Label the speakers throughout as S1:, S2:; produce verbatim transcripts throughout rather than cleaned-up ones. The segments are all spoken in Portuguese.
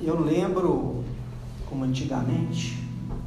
S1: Eu lembro como antigamente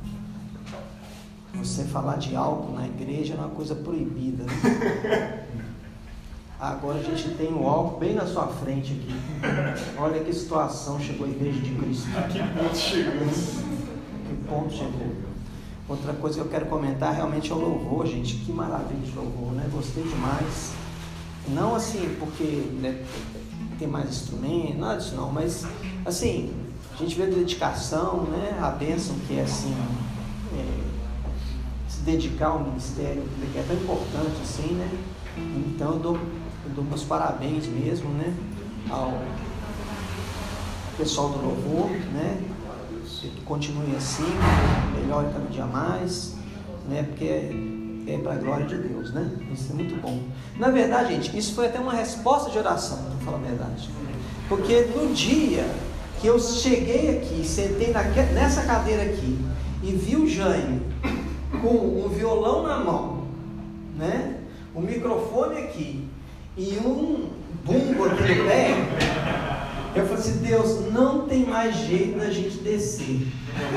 S1: você falar de álcool na igreja era uma coisa proibida, né? Agora a gente tem o álcool bem na sua frente aqui. Olha que situação chegou a igreja de Cristo.
S2: A que ponto chegou?
S1: Que ponto chegou? Outra coisa que eu quero comentar realmente é o louvor, gente. Que maravilha de louvor, né? Gostei demais. Não assim porque, né, tem mais instrumento, nada disso não, mas assim, a gente vê a dedicação, né? A bênção que é assim, é, se dedicar ao ministério, que é tão importante assim, né? Então eu dou, eu dou meus parabéns mesmo, né? Ao pessoal do louvor, né? Que continue assim, melhore cada dia mais, né? Porque é, é para a glória de Deus, né? Isso é muito bom. Na verdade, gente, isso foi até uma resposta de oração, para falar a verdade. Porque no dia que eu cheguei aqui, sentei naque, nessa cadeira aqui e vi o Jânio com um violão na mão, né? Um microfone aqui e um bumbo aqui no pé, eu falei assim: Deus, não tem mais jeito da gente descer.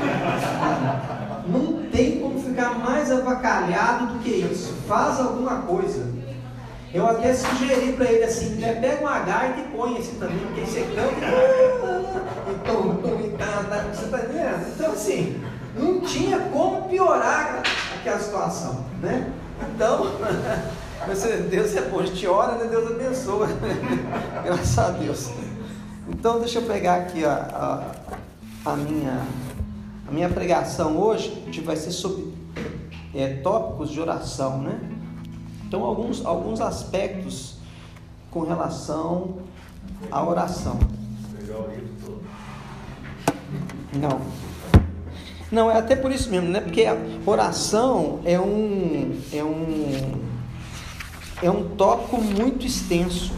S1: Não tem como ficar mais avacalhado do que isso. Faz alguma coisa. Eu até sugeri para ele assim: né, pega uma gaita e põe assim também, porque você canta e tum, tum, e tá, tá, você tá entendendo? Então assim, não tinha como piorar aquela situação, né? Então, Deus é bom, a gente ora, né? Deus abençoa. Graças a Deus. Então deixa eu pegar aqui a, a, a, minha, a minha pregação hoje, que vai ser sobre é, tópicos de oração, né? Então alguns, alguns aspectos com relação à oração.
S2: Legal, o livro todo.
S1: Não. Não, é até por isso mesmo, né? Porque a oração é um, é um, é um tópico muito extenso.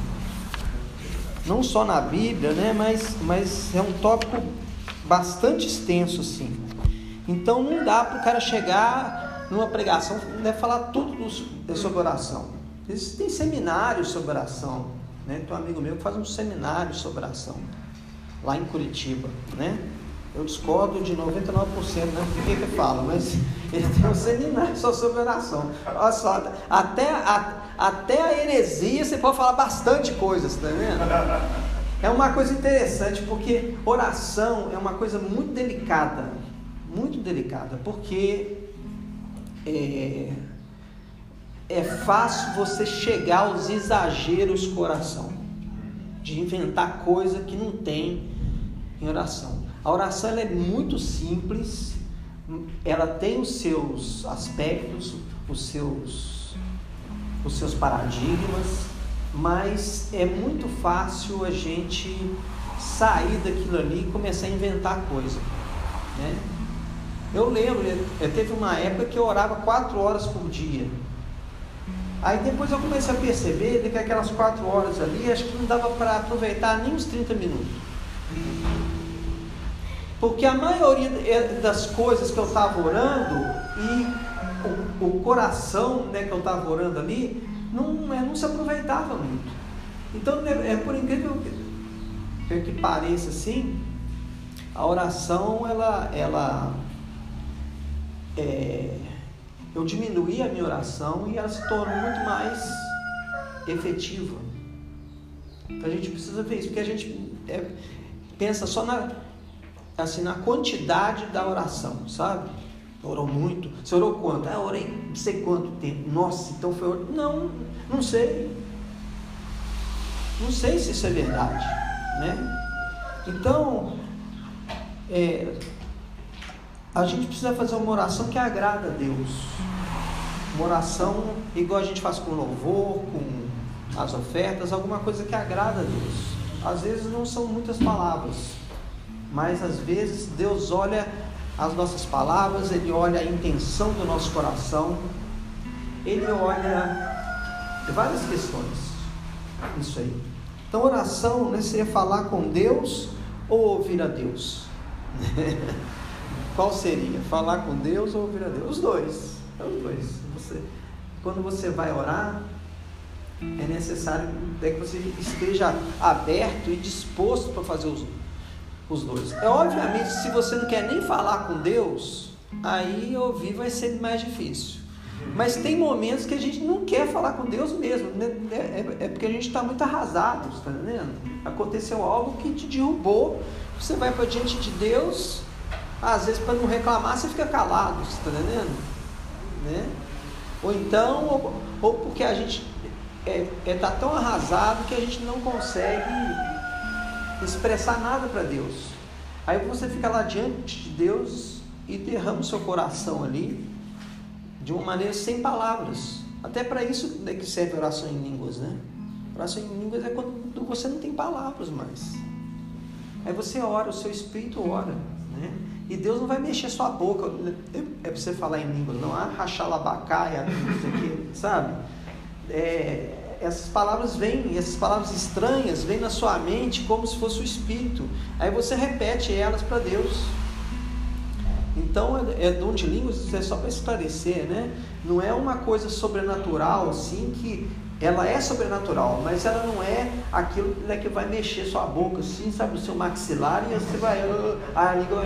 S1: Não só na Bíblia, né? Mas, mas é um tópico bastante extenso, assim. Então não dá para o cara chegar numa pregação, né, falar tudo sobre oração. Existem seminários sobre oração, né? Tem um amigo meu que faz um seminário sobre oração lá em Curitiba, né? Eu discordo de noventa e nove por cento, né? Por que que fala? Mas ele tem um seminário só sobre oração. Olha só, até a, até a heresia você pode falar bastante coisas, tá vendo? É uma coisa interessante, porque oração é uma coisa muito delicada, muito delicada, porque é, é fácil você chegar aos exageros com oração, de inventar coisa que não tem em oração. A oração ela é muito simples, ela tem os seus aspectos, os seus, os seus paradigmas, mas é muito fácil a gente sair daquilo ali e começar a inventar coisa, né? Eu lembro, teve uma época que eu orava quatro horas por dia. Aí depois eu comecei a perceber que aquelas quatro horas ali, acho que não dava para aproveitar nem uns trinta minutos. Porque a maioria das coisas que eu estava orando e o, o coração, né, que eu estava orando ali, não, não se aproveitava muito. Então, é, por incrível que, que pareça assim, a oração, ela, ela é, eu diminuí a minha oração e ela se tornou muito mais efetiva. Então a gente precisa ver isso, porque a gente é, pensa só na, assim, na quantidade da oração, sabe? Orou muito. Você orou quanto? Ah, orei não sei quanto tempo. Nossa, então foi... Não, não sei. Não sei se isso é verdade, né? Então, é, a gente precisa fazer uma oração que agrada a Deus. Uma oração igual a gente faz com louvor, com as ofertas, alguma coisa que agrada a Deus. Às vezes não são muitas palavras, mas às vezes Deus olha as nossas palavras, Ele olha a intenção do nosso coração, Ele olha várias questões. Isso aí. Então oração, né, seria falar com Deus ou ouvir a Deus? Qual seria? Falar com Deus ou ouvir a Deus? Os dois. É os dois. Você, quando você vai orar, é necessário que você esteja aberto e disposto para fazer os, os dois. É obviamente, se você não quer nem falar com Deus, aí ouvir vai ser mais difícil. Mas tem momentos que a gente não quer falar com Deus mesmo, né? é, é porque a gente está muito arrasado, está entendendo? Aconteceu algo que te derrubou, você vai para diante de Deus, às vezes para não reclamar você fica calado, está entendendo? Né? Ou então, ou, ou porque a gente é, é, tá tão arrasado que a gente não consegue expressar nada para Deus. Aí você fica lá diante de Deus e derrama o seu coração ali de uma maneira sem palavras. Até para isso é que serve a oração em línguas, né? Oração em línguas é quando você não tem palavras mais. Aí você ora, o seu espírito ora, né? E Deus não vai mexer sua boca, é para você falar em línguas, não há rachalabacá, não sei o que, sabe? É, essas palavras vêm, essas palavras estranhas vêm na sua mente como se fosse o espírito. Aí você repete elas para Deus. Então, é, é dom de línguas, é só para esclarecer, né? Não é uma coisa sobrenatural, assim, que ela é sobrenatural, mas ela não é aquilo né, que vai mexer sua boca, assim, sabe, o seu maxilar, e você vai, a língua,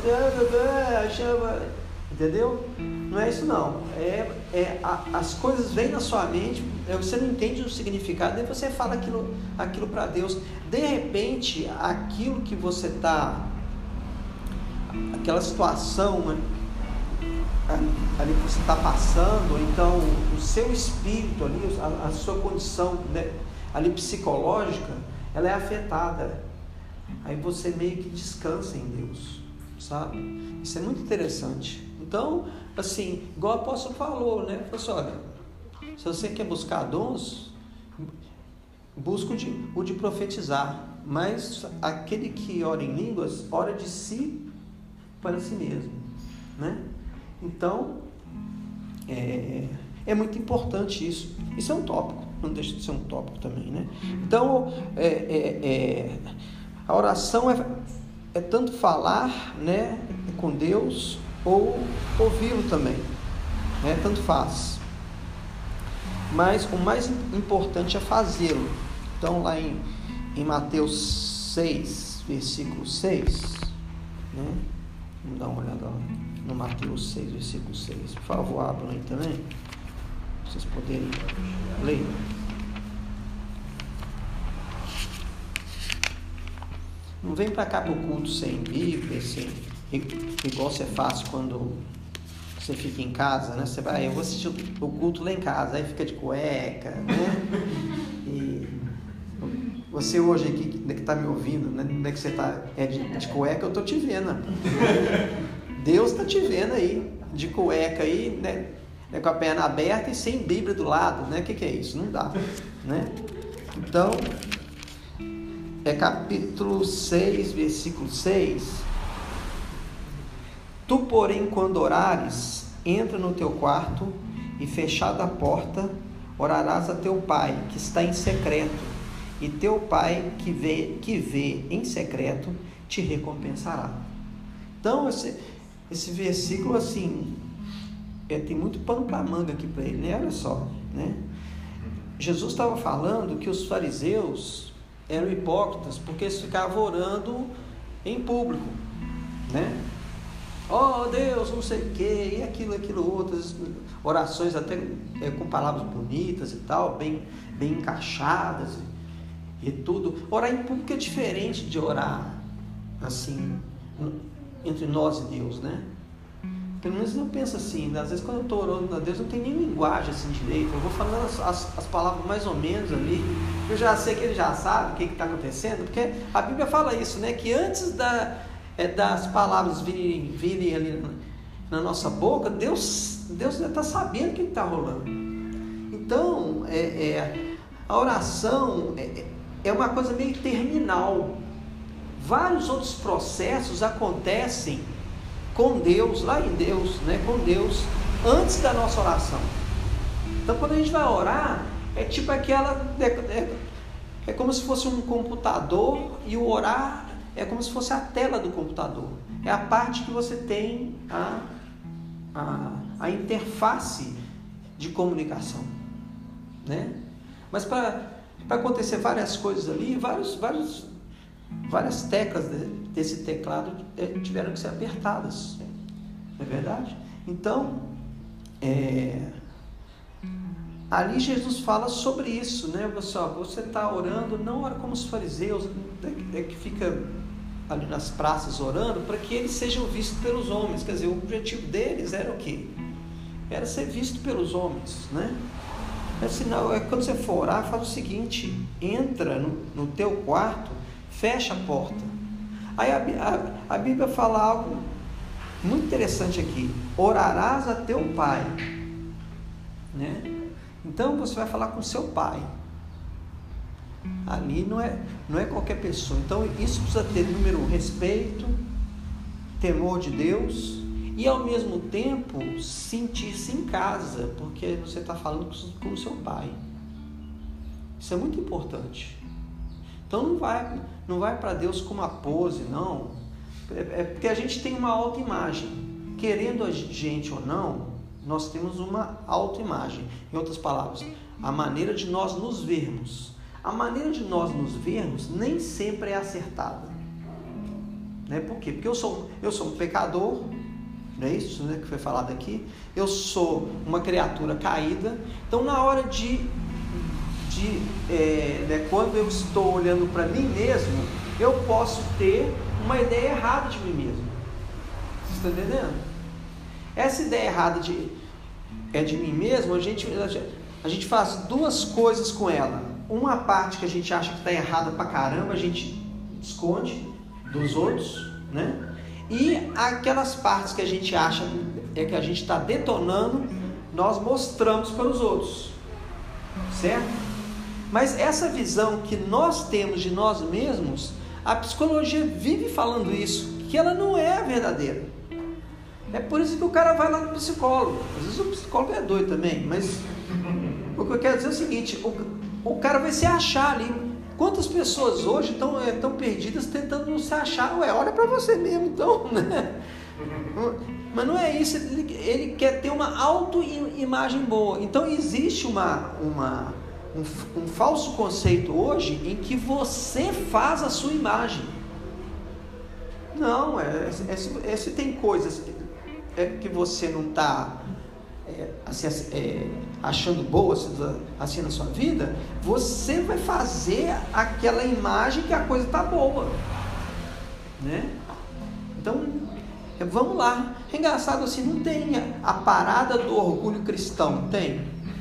S1: entendeu? Não é isso não, é, é, a, as coisas vêm na sua mente, você não entende o significado, daí você fala aquilo, aquilo para Deus. De repente, aquilo que você está, aquela situação né, ali que você está passando, então o seu espírito ali, a, a sua condição né, ali psicológica, ela é afetada. Aí você meio que descansa em Deus, sabe? Isso é muito interessante. Então, assim, igual o apóstolo falou, né? Falou assim, olha, se você quer buscar dons, busca o de, o de profetizar, mas aquele que ora em línguas, ora de si para si mesmo, né? Então, é, é muito importante isso. Isso é um tópico, não deixa de ser um tópico também, né? Então, é, é, é, a oração é, é tanto falar, né, com Deus ou ouvi-lo também, né? Tanto faz. Mas o mais importante é fazê-lo. Então, lá em, em Mateus seis, versículo seis, né? Vamos dar uma olhada lá. No Mateus seis, versículo seis. Por favor, abram aí também, para vocês poderem ler. Não vem para cá para o culto sem Bíblia, sem, igual você faz quando você fica em casa, né? Você vai, eu vou assistir o culto lá em casa, aí fica de cueca, né? E você hoje aqui que está me ouvindo, né? Não é que você está é de, de cueca, eu estou te vendo. Deus está te vendo aí, de cueca aí, né? Com a perna aberta e sem Bíblia do lado, né? O que, que é isso? Não dá, né? Então, é capítulo seis, versículo seis. Tu, porém, quando orares, entra no teu quarto e, fechada a porta, orarás a teu pai, que está em secreto, e teu pai, que vê, que vê em secreto, te recompensará. Então, esse... Esse versículo, assim, é, tem muito pano para manga aqui para ele, né? Olha só, né? Jesus estava falando que os fariseus eram hipócritas porque eles ficavam orando em público, né? Oh Deus, não sei o que, e aquilo, aquilo, outras orações até é, com palavras bonitas e tal, bem, bem encaixadas e, e tudo. Orar em público é diferente de orar assim entre nós e Deus, né? Pelo menos eu penso assim, né? Às vezes quando eu estou orando a Deus, não tem nem linguagem assim direito, eu vou falando as, as, as palavras mais ou menos ali, eu já sei que ele já sabe o que está acontecendo, porque a Bíblia fala isso, né? Que antes da, é, das palavras virem, virem ali na, na nossa boca, Deus, Deus já está sabendo o que está rolando. Então, é, é, a oração é, é uma coisa meio terminal. Vários outros processos acontecem com Deus, lá em Deus, né, com Deus, antes da nossa oração. Então, quando a gente vai orar, é tipo aquela, é, é, é como se fosse um computador, e o orar é como se fosse a tela do computador. É a parte que você tem a, a, a interface de comunicação, né? Mas para acontecer várias coisas ali, vários, vários várias teclas desse teclado tiveram que ser apertadas, não é verdade? Então, é, ali Jesus fala sobre isso, né? Você está orando, não ora como os fariseus, é que fica ali nas praças orando, para que eles sejam vistos pelos homens. Quer dizer, o objetivo deles era o quê? Era ser visto pelos homens, né? Mas, senão, é, quando você for orar, fala o seguinte: entra no, no teu quarto, fecha a porta. Aí a, a, a Bíblia fala algo muito interessante aqui: orarás a teu pai, né? Então você vai falar com seu pai. Ali não é, não é qualquer pessoa. Então isso precisa ter, número um, respeito, temor de Deus, e ao mesmo tempo sentir-se em casa, porque você está falando com o seu pai. Isso é muito importante. Então não vai, não vai para Deus com uma pose, não. É, é porque a gente tem uma autoimagem. Querendo a gente ou não, nós temos uma autoimagem. Em outras palavras, a maneira de nós nos vermos. A maneira de nós nos vermos nem sempre é acertada. Né? Por quê? Porque eu sou, eu sou um pecador, não é isso, né, que foi falado aqui? Eu sou uma criatura caída. Então, na hora de, de é, né, quando eu estou olhando para mim mesmo, eu posso ter uma ideia errada de mim mesmo. Vocês estão entendendo? Essa ideia errada de, é de mim mesmo, a gente, a gente faz duas coisas com ela. Uma parte que a gente acha que está errada pra caramba, a gente esconde dos outros, né? E aquelas partes que a gente acha é que a gente está detonando, nós mostramos para os outros, certo? Mas essa visão que nós temos de nós mesmos, a psicologia vive falando isso, que ela não é verdadeira. É por isso que o cara vai lá no psicólogo. Às vezes o psicólogo é doido também, mas o que eu quero dizer é o seguinte: o, o cara vai se achar ali. Quantas pessoas hoje estão é, tão perdidas tentando se achar? Ué, olha para você mesmo então, né? Mas não é isso, ele, ele quer ter uma autoimagem boa. Então existe uma, uma, um, um falso conceito hoje em que você faz a sua imagem. Não, é, é, é, se tem coisas é, que você não está é, assim, é, achando boas assim na sua vida, você vai fazer aquela imagem que a coisa está boa, né? Então, vamos lá. É engraçado assim, não tem a parada do orgulho cristão, tem?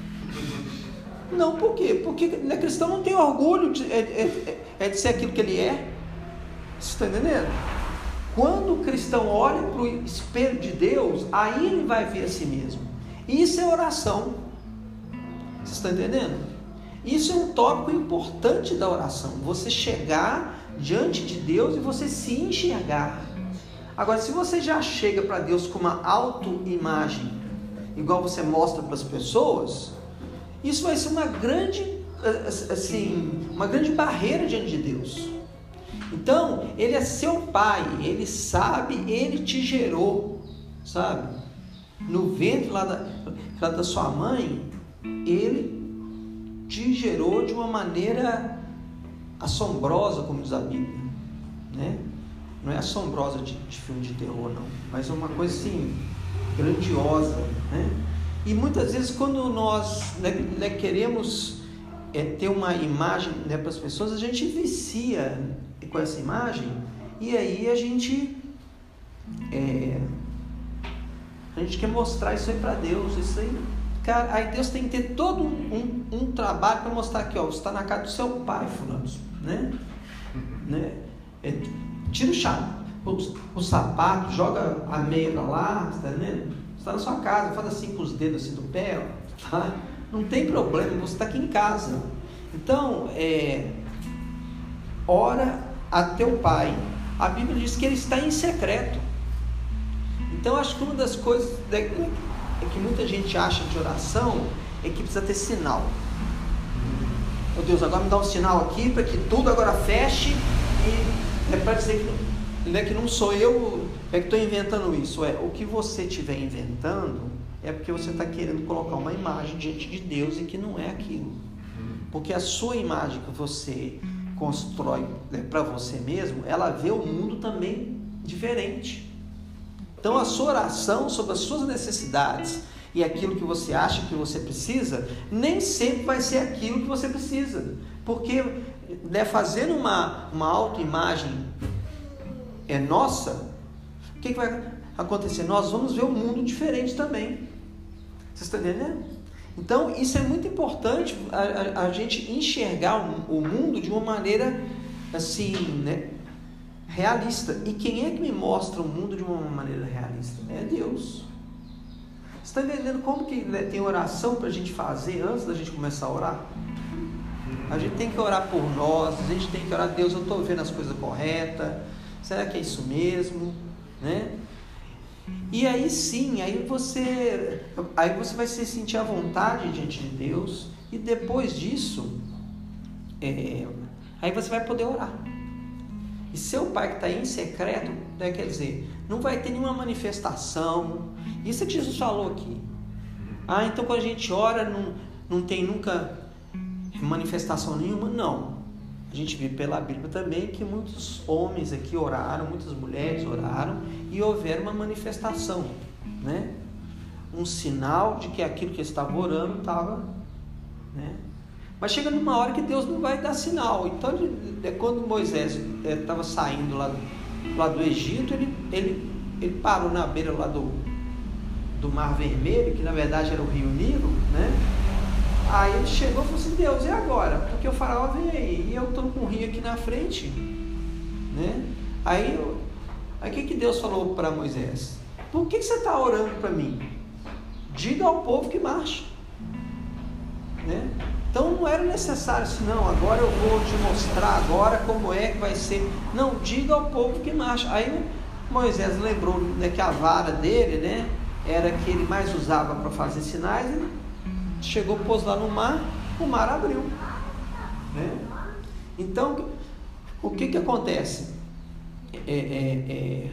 S1: Não, por quê? Porque né, cristão não tem orgulho de, é, é, é de ser aquilo que ele é. Você está entendendo? Quando o cristão olha para o espelho de Deus, aí ele vai ver a si mesmo. Isso é oração. Você está entendendo? Isso é um tópico importante da oração. Você chegar diante de Deus e você se enxergar. Agora, se você já chega para Deus com uma autoimagem, igual você mostra para as pessoas, isso vai ser uma grande, assim, uma grande barreira diante de Deus. Então, Ele é seu pai, Ele sabe, Ele te gerou, sabe? No ventre lá da, lá da sua mãe, Ele te gerou de uma maneira assombrosa, como diz a Bíblia, né? Não é assombrosa de, de filme de terror, não, mas é uma coisa assim, grandiosa, né? E muitas vezes quando nós né, né, queremos é, ter uma imagem né, para as pessoas, a gente vicia com essa imagem, e aí a gente é, a gente quer mostrar isso aí para Deus. Isso aí, cara, aí Deus tem que ter todo um, um, um trabalho para mostrar aqui, ó, você está na casa do seu pai, fulano, né? né? É, tira o chá, o, o sapato, joga a meia para lá, está vendo? Você está na sua casa, faz assim com os dedos assim do pé, ó, tá? Não tem problema, você está aqui em casa. Então, é, ora a teu pai. A Bíblia diz que ele está em secreto. Então, acho que uma das coisas é que muita gente acha de oração é que precisa ter sinal. Meu Deus, agora me dá um sinal aqui para que tudo agora feche, e é para dizer que não, é que não sou eu é que estou inventando isso. É, o que você estiver inventando é porque você está querendo colocar uma imagem diante de Deus e que não é aquilo. Porque a sua imagem que você constrói, né, para você mesmo, ela vê o mundo também diferente. Então a sua oração sobre as suas necessidades e aquilo que você acha que você precisa, nem sempre vai ser aquilo que você precisa, porque, né, fazendo uma, uma autoimagem é nossa, o que, que vai acontecer? Nós vamos ver o mundo diferente também. Vocês estão entendendo? Então isso é muito importante, a, a, a gente enxergar o, o mundo de uma maneira assim, né, realista. E quem é que me mostra o mundo de uma maneira realista? É Deus. Você está entendendo como que, né, tem oração para a gente fazer antes da gente começar a orar? A gente tem que orar por nós, a gente tem que orar, Deus, eu estou vendo as coisas corretas, será que é isso mesmo? Né? E aí sim, aí você, aí você vai se sentir à vontade diante de Deus, e depois disso, é, aí você vai poder orar. E seu pai que está em secreto, né, quer dizer, não vai ter nenhuma manifestação. Isso é que Jesus falou aqui. Ah, então quando a gente ora, não, não tem nunca manifestação nenhuma? Não. A gente vê pela Bíblia também que muitos homens aqui oraram, muitas mulheres oraram e houveram uma manifestação, né? Um sinal de que aquilo que eles estavam orando estava, né? Mas chega numa hora que Deus não vai dar sinal. Então, quando Moisés estava saindo lá, lá do Egito, ele, ele, ele parou na beira lá do, do Mar Vermelho, que na verdade era o Rio Nilo, né? Aí ele chegou e falou assim: Deus, e agora? Porque o faraó vem aí, e eu estou com o rio aqui na frente, né? Aí o aí, que, que Deus falou para Moisés? Por que, que você está orando para mim? Diga ao povo que marche, né? Então não era necessário assim, não, agora eu vou te mostrar agora como é que vai ser. Não, diga ao povo que marcha. Aí Moisés lembrou, né, que a vara dele, né, era que ele mais usava para fazer sinais. Ele chegou, pôs lá no mar, o mar abriu, né? Então o que que acontece? É, é, é...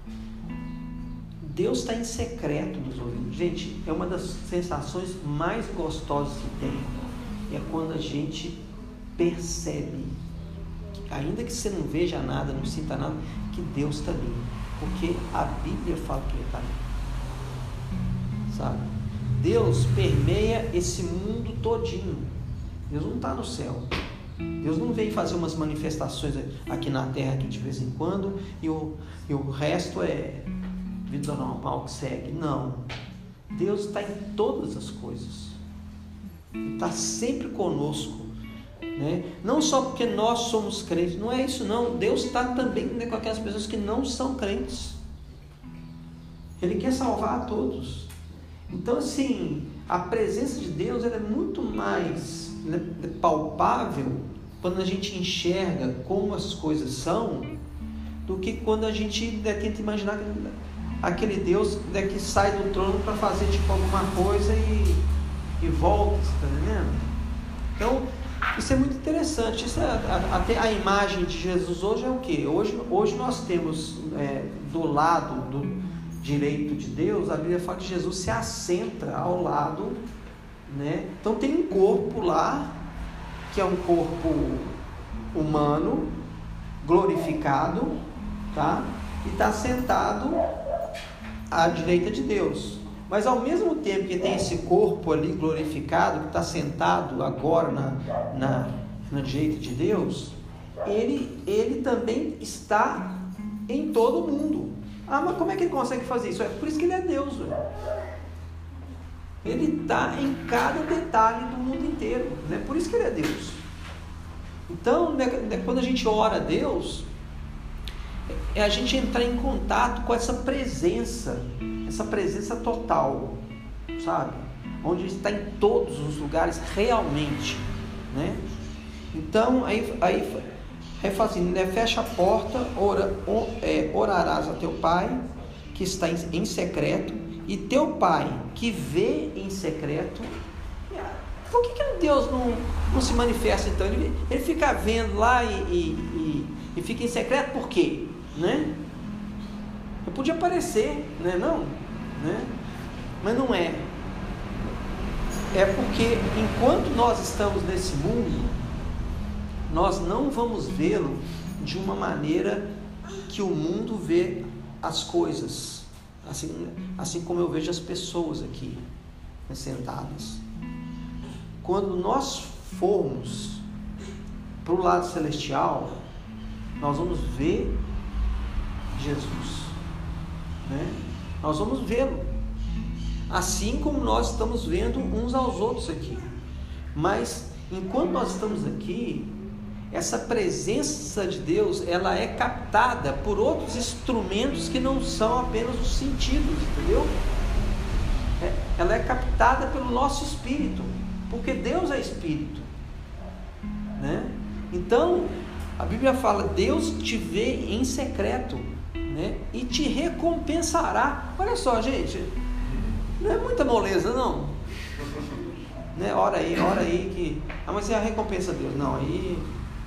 S1: Deus está em secreto nos ouvidos. Gente, é uma das sensações mais gostosas que tem. É quando a gente percebe, ainda que você não veja nada, não sinta nada, que Deus está ali. Porque a Bíblia fala que Ele está ali. Sabe? Deus permeia esse mundo todinho. Deus não está no céu. Deus não veio fazer umas manifestações aqui na terra aqui de vez em quando e o, e o resto é vida normal que segue. Não. Deus está em todas as coisas. Está sempre conosco, né? Não só porque nós somos crentes, não é isso não. Deus está também, né, com aquelas pessoas que não são crentes. Ele quer salvar a todos. Então assim, a presença de Deus ela é muito mais, né, palpável quando a gente enxerga como as coisas são, do que quando a gente, né, tenta imaginar aquele Deus, né, que sai do trono para fazer tipo alguma coisa e e volta, você está entendendo? Então, isso é muito interessante. Isso é, a, até a imagem de Jesus hoje é o que? Hoje, hoje nós temos é, do lado do direito de Deus, a Bíblia fala que Jesus se assenta ao lado, né? Então tem um corpo lá, que é um corpo humano, glorificado, tá? E está sentado à direita de Deus. Mas ao mesmo tempo que tem esse corpo ali glorificado, que está sentado agora na, na, na direita de Deus, ele, ele também está em todo mundo. Ah, mas como é que ele consegue fazer isso? É por isso que ele é Deus, velho. Ele está em cada detalhe do mundo inteiro, né? Por isso que ele é Deus. Então, né, quando a gente ora a Deus, é a gente entrar em contato com essa presença, essa presença total, sabe? Onde ele está em todos os lugares realmente, né? Então, aí, aí, aí fala assim, né? Fecha a porta, ora, or, é, orarás a teu pai, que está em, em secreto, e teu pai, que vê em secreto. Por que, que Deus não, não se manifesta então? Ele, ele fica vendo lá e, e, e, e fica em secreto, por quê? Né? Eu podia aparecer, né? Não, né? Mas não é. É porque enquanto nós estamos nesse mundo, nós não vamos vê-lo de uma maneira que o mundo vê as coisas, assim, assim como eu vejo as pessoas aqui, né, sentadas. Quando nós formos para o lado celestial, nós vamos ver Jesus, né? Nós vamos vê-lo, assim como nós estamos vendo uns aos outros aqui. Mas enquanto nós estamos aqui, essa presença de Deus, ela é captada por outros instrumentos que não são apenas os sentidos, entendeu? É, ela é captada pelo nosso espírito, porque Deus é espírito, né? Então a Bíblia fala: Deus te vê em secreto, né? E te recompensará. Olha só, gente, não é muita moleza, não, né? Ora aí, ora aí que ah, mas é a recompensa de Deus. Não, aí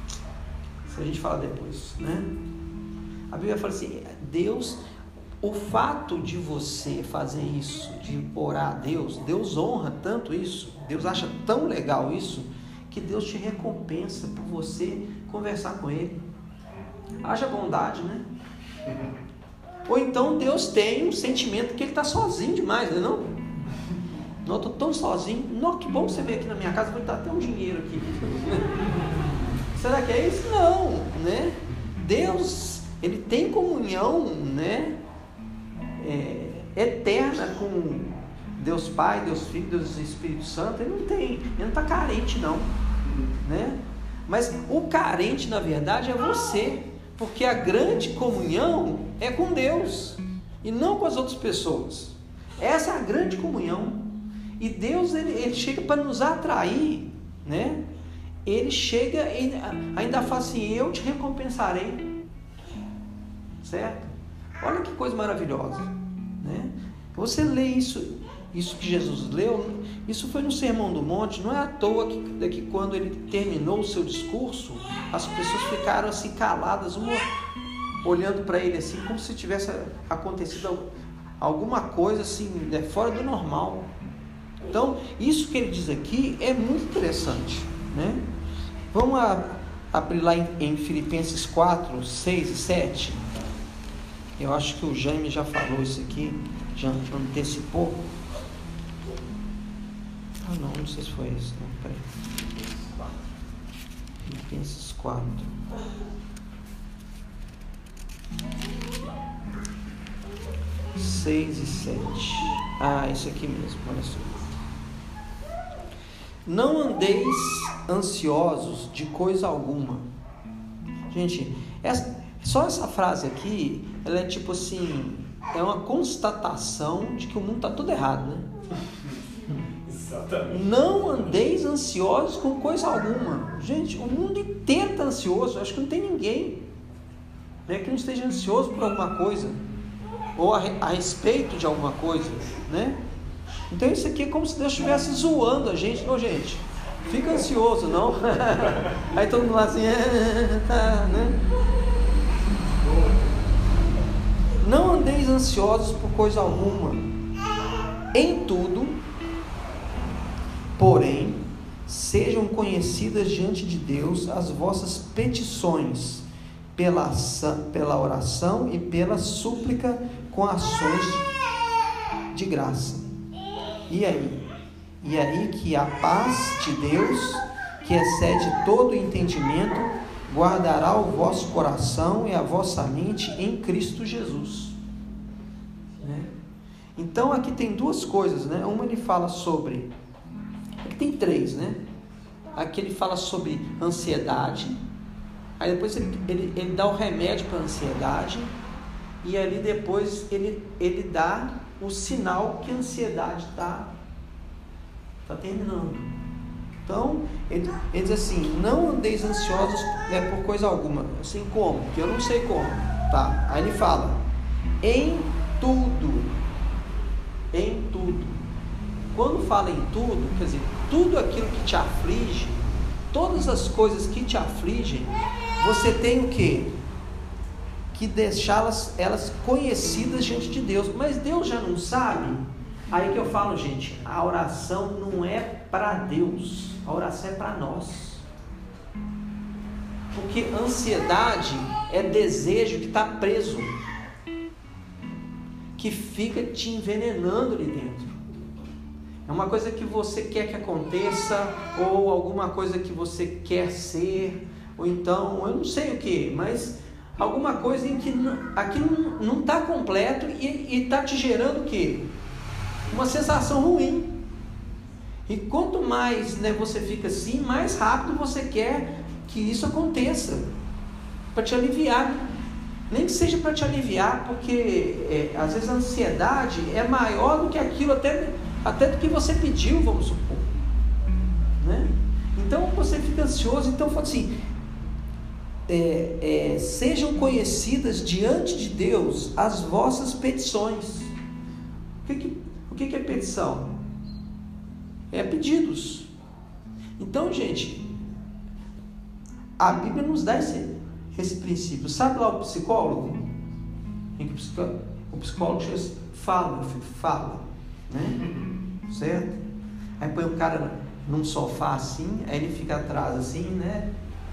S1: a gente fala depois, né? A Bíblia fala assim: Deus, o fato de você fazer isso, de orar a Deus, Deus honra tanto isso, Deus acha tão legal isso, que Deus te recompensa por você conversar com Ele. Haja bondade, né? Ou então Deus tem um sentimento que Ele está sozinho demais, não é não? Não, estou tão sozinho. Não, que bom você veio aqui na minha casa, vou dar até um dinheiro aqui. Será que é isso? Não, né? Deus, Ele tem comunhão, né? É, eterna com Deus Pai, Deus Filho, Deus Espírito Santo. Ele não tem, Ele não está carente, não, né? Mas o carente, na verdade, é você, porque a grande comunhão é com Deus e não com as outras pessoas. Essa é a grande comunhão. E Deus, ele, ele chega para nos atrair, né? Ele chega e ainda fala assim: eu te recompensarei, certo? Olha que coisa maravilhosa, né? Você lê isso, isso que Jesus leu, isso foi no Sermão do Monte. Não é à toa que, que quando ele terminou o seu discurso, as pessoas ficaram assim caladas, uma olhando para ele assim, como se tivesse acontecido alguma coisa assim, né, fora do normal. Então, isso que ele diz aqui é muito interessante, né? Vamos a, abrir lá em, em Filipenses quatro, seis e sete. Eu acho que o Jaime já falou isso aqui, já antecipou. Ah não, não sei se foi esse, não, peraí. Filipenses quatro. seis e sete. Ah, isso aqui mesmo, olha só. Não andeis ansiosos de coisa alguma. Gente, essa, só essa frase aqui, ela é tipo assim, é uma constatação de que o mundo está tudo errado, né? Exatamente. Não andeis ansiosos com coisa alguma. Gente, o mundo inteiro está ansioso. Acho que não tem ninguém, né, que não esteja ansioso por alguma coisa, ou a, a respeito de alguma coisa, né? Então isso aqui é como se Deus estivesse zoando a gente. Não, gente, fica ansioso, não. Aí todo mundo lá assim, ah, tá, né? Não andeis ansiosos por coisa alguma. Em tudo, porém, sejam conhecidas diante de Deus as vossas petições, pela, pela oração e pela súplica com ações de, de graça. E aí? E aí que a paz de Deus, que excede todo entendimento, guardará o vosso coração e a vossa mente em Cristo Jesus, né? Então aqui tem duas coisas, né? Uma ele fala sobre, aqui tem três, né? Aqui ele fala sobre ansiedade, aí depois ele, ele, ele dá o remédio para a ansiedade, e ali depois ele, ele dá o sinal que a ansiedade está tá terminando. Então, ele, ele diz assim: não andeis ansiosos, né, por coisa alguma. Assim como? Que eu não sei como. Tá? Aí ele fala: em tudo. Em tudo. Quando fala em tudo, quer dizer, tudo aquilo que te aflige, todas as coisas que te afligem, você tem o quê? Que deixá-las elas conhecidas diante de Deus. Mas Deus já não sabe? Aí que eu falo, gente, a oração não é para Deus, a oração é para nós. Porque ansiedade é desejo que está preso, que fica te envenenando ali dentro. É uma coisa que você quer que aconteça, ou alguma coisa que você quer ser, ou então, eu não sei o que, mas alguma coisa em que aquilo não está completo e está te gerando o quê? Uma sensação ruim. E quanto mais, né, você fica assim, mais rápido você quer que isso aconteça, para te aliviar. Nem que seja para te aliviar, porque é, às vezes a ansiedade é maior do que aquilo, até, até do que você pediu, vamos supor, né? Então você fica ansioso. Então fala assim, é, é, sejam conhecidas diante de Deus as vossas petições. O que, que, o que, que é petição? É pedidos. Então, gente, a Bíblia nos dá esse, esse princípio. Sabe lá o psicólogo? Em que o psicólogo, o psicólogo fala, fala, né? Certo? Aí põe o cara num sofá assim, aí ele fica atrás assim, né?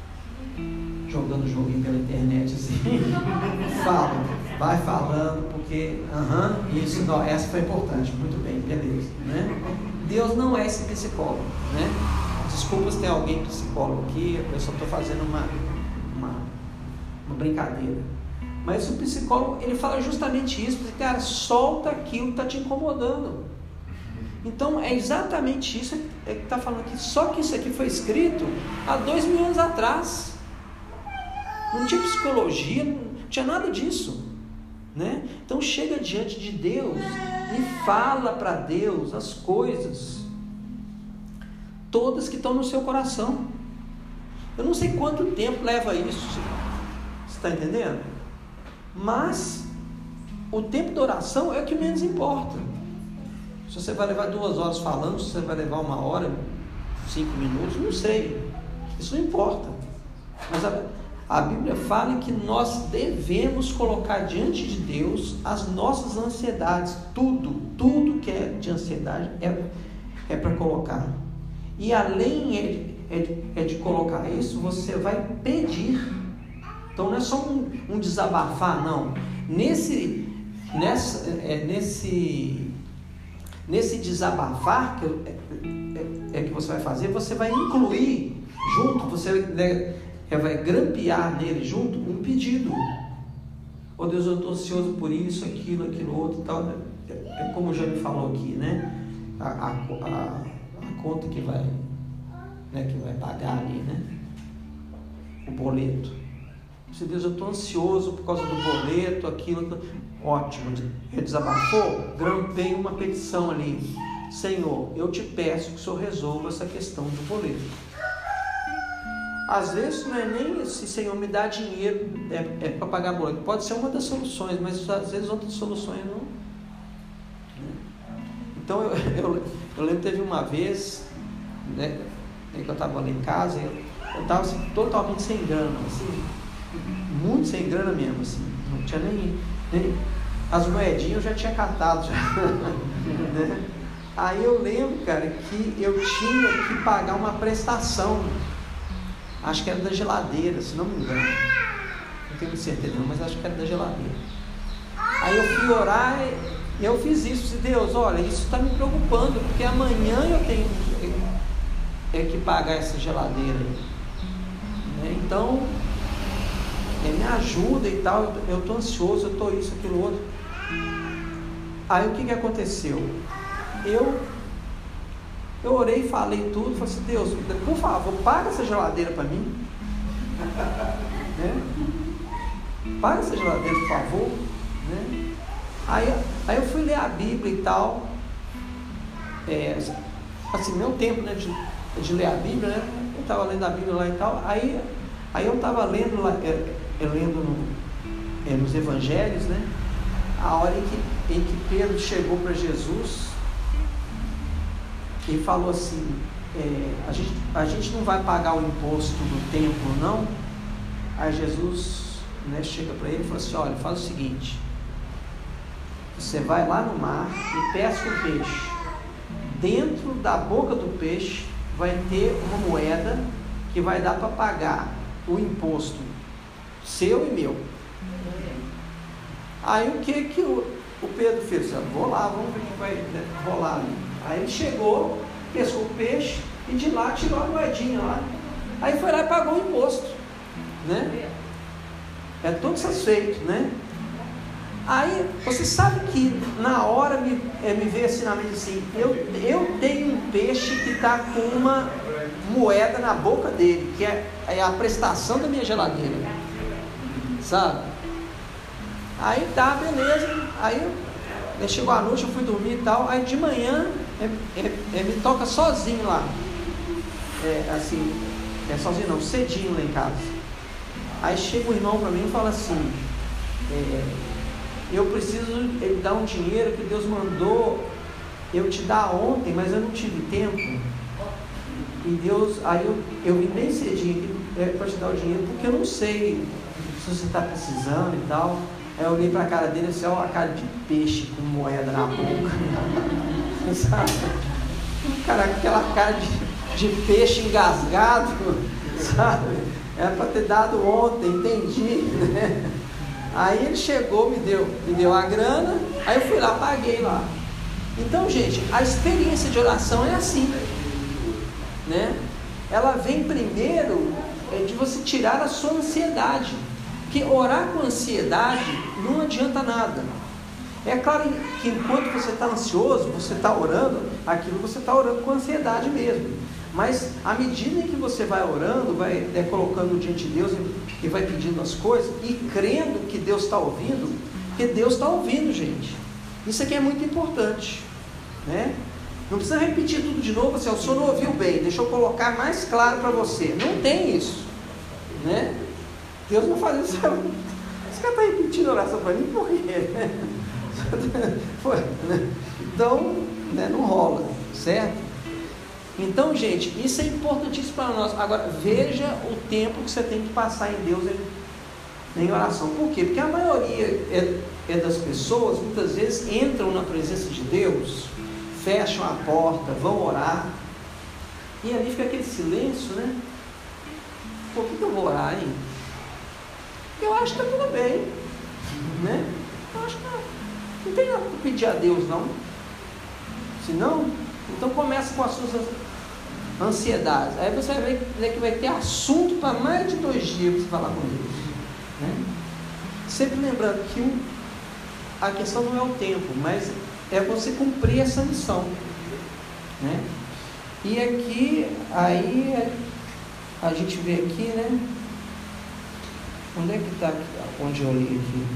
S1: Jogando joguinho pela internet assim. Fala, vai falando, porque aham, uh-huh, isso, não, essa foi importante, muito bem, beleza, né? Deus não é esse psicólogo, né? Desculpa se tem alguém psicólogo aqui, eu só estou fazendo uma, uma, uma brincadeira. Mas o psicólogo, ele fala justamente isso, porque, cara, solta aquilo que está te incomodando. Então é exatamente isso que está falando aqui. Só que isso aqui foi escrito há dois mil anos atrás. Não tinha psicologia, não tinha nada disso, né? Então chega diante de Deus e fala para Deus as coisas todas que estão no seu coração. Eu não sei quanto tempo leva isso, você está entendendo? Mas o tempo da oração é o que menos importa. Se você vai levar duas horas falando, se você vai levar uma hora, cinco minutos, não sei, isso não importa. Mas a, a Bíblia fala que nós devemos colocar diante de Deus as nossas ansiedades. Tudo, tudo que é de ansiedade é, é para colocar. E além é de, é, de, é de colocar isso, você vai pedir. Então não é só um, um desabafar, não. Nesse, nessa, é, nesse, nesse desabafar que, é, é, é que você vai fazer, você vai incluir junto, você vai, é, vai grampear nele junto um pedido. Oh Deus, eu estou ansioso por isso, aquilo, aquilo outro e tal. É, é como já me falou aqui, né? A, a, a, a conta que vai, né, que vai pagar ali, né? O boleto. Se Deus, eu estou ansioso por causa do boleto, aquilo, ótimo, desabafou, grampei uma petição ali. Senhor, eu te peço que o Senhor resolva essa questão do boleto. Às vezes não é nem se, Senhor, me dá dinheiro é, é para pagar boleto. Pode ser uma das soluções, mas às vezes outras soluções não. Então eu, eu, eu lembro que teve uma vez, né, que eu estava ali em casa, eu estava assim, totalmente sem grana, assim, muito sem grana mesmo, assim, não tinha nem, nem as moedinhas eu já tinha catado já, né? Aí eu lembro, cara, que eu tinha que pagar uma prestação, acho que era da geladeira, se não me engano, não tenho certeza não, mas acho que era da geladeira. Aí eu fui orar e eu fiz isso, disse, Deus, olha, isso está me preocupando, porque amanhã eu tenho é, que pagar essa geladeira aí, né? Então é, me ajuda e tal, eu estou ansioso, eu estou isso, aquilo outro. Aí o que que aconteceu? Eu eu orei, falei tudo, falei assim, Deus, por favor, paga essa geladeira para mim, né? Paga essa geladeira, por favor, né? Aí, aí eu fui ler a Bíblia e tal, é, assim, meu tempo, né, de, de ler a Bíblia, né? Eu estava lendo a Bíblia lá e tal, aí, aí eu estava lendo, lá, é, é, lendo no, é, nos Evangelhos, né? A hora em que, em que Pedro chegou para Jesus e falou assim, é, a, gente, a gente não vai pagar o imposto do templo, não? Aí Jesus, né, chega para ele e fala assim, olha, faz o seguinte, você vai lá no mar e pesca o peixe. Dentro da boca do peixe vai ter uma moeda que vai dar para pagar o imposto seu e meu. Aí o que que o, o Pedro fez? Eu vou lá, vamos ver o que vai, né, rolar ali. Aí ele chegou, pescou o peixe e de lá tirou a moedinha lá. Aí foi lá e pagou o imposto, né? É todo satisfeito, né? Aí você sabe que na hora me, é, me veio assim na mente assim, eu, eu tenho um peixe que está com uma moeda na boca dele, que é, é a prestação da minha geladeira, sabe? Aí tá, beleza. Aí eu, chegou a noite, eu fui dormir e tal. Aí de manhã é, é, é, me toca sozinho lá, é, assim, é sozinho não, cedinho lá em casa. Aí chega o irmão para mim e fala assim, é, eu preciso ele dar um dinheiro que Deus mandou eu te dar ontem, mas eu não tive tempo. E Deus, aí eu, eu vim bem cedinho aqui é, para te dar o dinheiro, porque eu não sei se você está precisando e tal. Aí eu olhei para a cara dele e disse, olha a cara de peixe com moeda na boca. Sabe? Cara, aquela cara de, de peixe engasgado, sabe? Era para ter dado ontem, entendi, né? Aí ele chegou, me deu, me deu a grana, aí eu fui lá, paguei lá. Então, gente, a experiência de oração é assim, né? Ela vem primeiro é, de você tirar a sua ansiedade, porque orar com ansiedade não adianta nada. É claro que enquanto você está ansioso, você está orando, aquilo você está orando com ansiedade mesmo. Mas à medida em que você vai orando, vai é, colocando diante de Deus e, e vai pedindo as coisas, e crendo que Deus está ouvindo, porque Deus está ouvindo, gente. Isso aqui é muito importante, né? Não precisa repetir tudo de novo, assim, o senhor não ouviu bem, deixa eu colocar mais claro para você. Não tem isso, né? Deus não faz isso. Você está repetindo a oração para mim, por quê? Foi, né? Então, né, não rola, certo? Então, gente, isso é importantíssimo para nós. Agora, veja o tempo que você tem que passar em Deus em, em oração. Por quê? Porque a maioria é, é das pessoas, muitas vezes, entram na presença de Deus, fecham a porta, vão orar, e ali fica aquele silêncio, né? Por que, que eu vou orar, hein? Porque eu acho que está tudo bem, né? Eu acho que não, não tem nada para pedir a Deus, não. Se não, então começa com as suas ansiedades. Aí você vai ver que vai ter assunto para mais de dois dias para você falar com Deus, né? Sempre lembrando que um, a questão não é o tempo, mas é você cumprir essa missão, né? E aqui, aí a gente vê aqui, né? Onde é que está? Onde eu li aqui?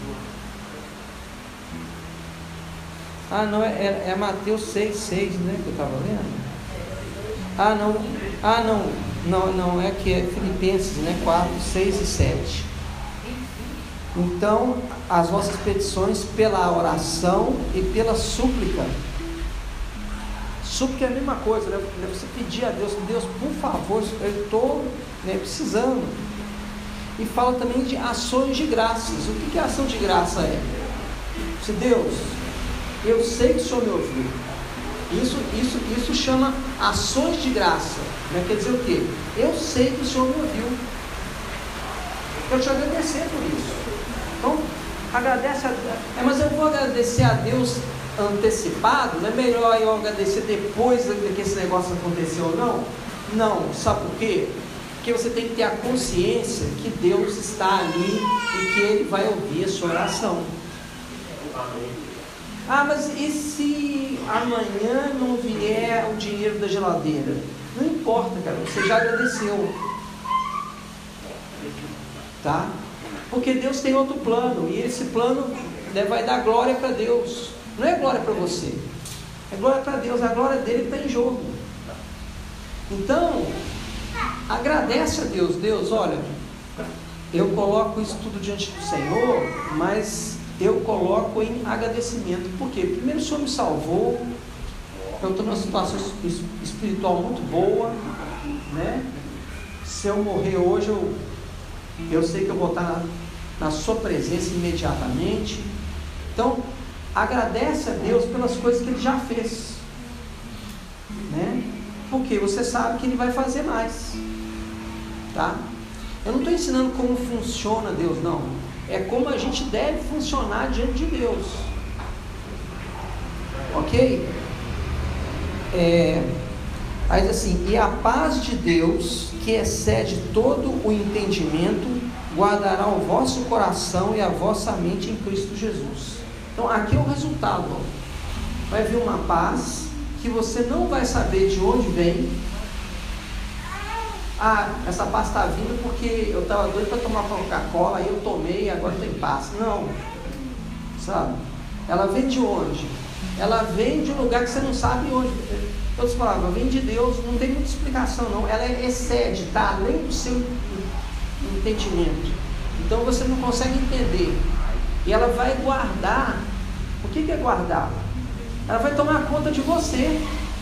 S1: Ah, não, é, é Mateus seis, seis, né, que eu estava lendo. Ah, não, ah, não, não, não, é que é Filipenses, né, quatro, seis e sete. Então, as vossas petições pela oração e pela súplica. Súplica é a mesma coisa, né? Você pedir a Deus, Deus, por favor, eu estou, né, precisando. E fala também de ações de graças. O que, que a ação de graça é? Se Deus, eu sei que o Senhor me ouviu. Isso, isso, isso chama ações de graça, né? Quer dizer o quê? Eu sei que o Senhor me ouviu. Eu te agradecer por isso. Então, agradece a Deus. É, mas eu vou agradecer a Deus antecipado? Não é melhor eu agradecer depois de que esse negócio aconteceu ou não? Não, sabe por quê? Porque você tem que ter a consciência que Deus está ali e que Ele vai ouvir a sua oração. Ah, mas e se amanhã não vier o dinheiro da geladeira? Não importa, cara, você já agradeceu, tá? Porque Deus tem outro plano, e esse plano, né, vai dar glória para Deus. Não é glória para você, é glória para Deus, a glória dele está em jogo. Então, agradece a Deus. Deus, olha, eu coloco isso tudo diante do Senhor, mas eu coloco em agradecimento. Por quê? Primeiro, o Senhor me salvou, eu estou numa situação espiritual muito boa, né? Se eu morrer hoje, eu, eu sei que eu vou estar na, na sua presença imediatamente. Então, agradece a Deus pelas coisas que Ele já fez, né? Porque você sabe que Ele vai fazer mais, tá? Eu não estou ensinando como funciona Deus, não. É como a gente deve funcionar diante de Deus. Ok? É, aí assim, e a paz de Deus, que excede todo o entendimento, guardará o vosso coração e a vossa mente em Cristo Jesus. Então aqui é o resultado, ó. Vai vir uma paz que você não vai saber de onde vem. Ah, essa paz está vindo porque eu estava doido para tomar Coca-Cola, aí eu tomei e agora tem paz. Não, sabe? Ela vem de onde? Ela vem de um lugar que você não sabe onde. Outras palavras, vem de Deus, não tem muita explicação não. Ela excede, está além do seu entendimento. Então você não consegue entender. E ela vai guardar. O que é guardar? Ela vai tomar conta de você,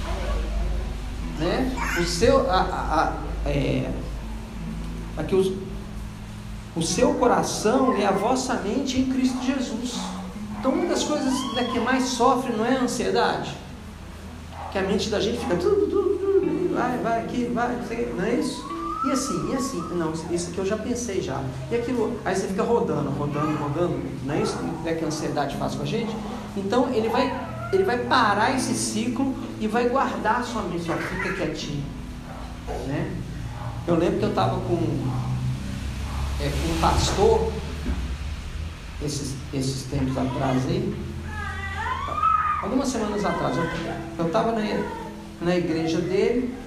S1: né? O seu, a, a, a, é, aqui os, o seu coração e a vossa mente em Cristo Jesus. Então uma das coisas que mais sofre não é a ansiedade, que a mente da gente fica tudo, tudo, tudo, vai, vai aqui, vai, não é isso? E assim, e assim, não, isso aqui eu já pensei já. E aquilo, aí você fica rodando, rodando, rodando, não é isso que a ansiedade faz com a gente? Então ele vai, ele vai parar esse ciclo e vai guardar a sua mente, só fica quietinho, né? Eu lembro que eu estava com, é, com um pastor, esses, esses tempos atrás aí, algumas semanas atrás, eu estava na, na igreja dele.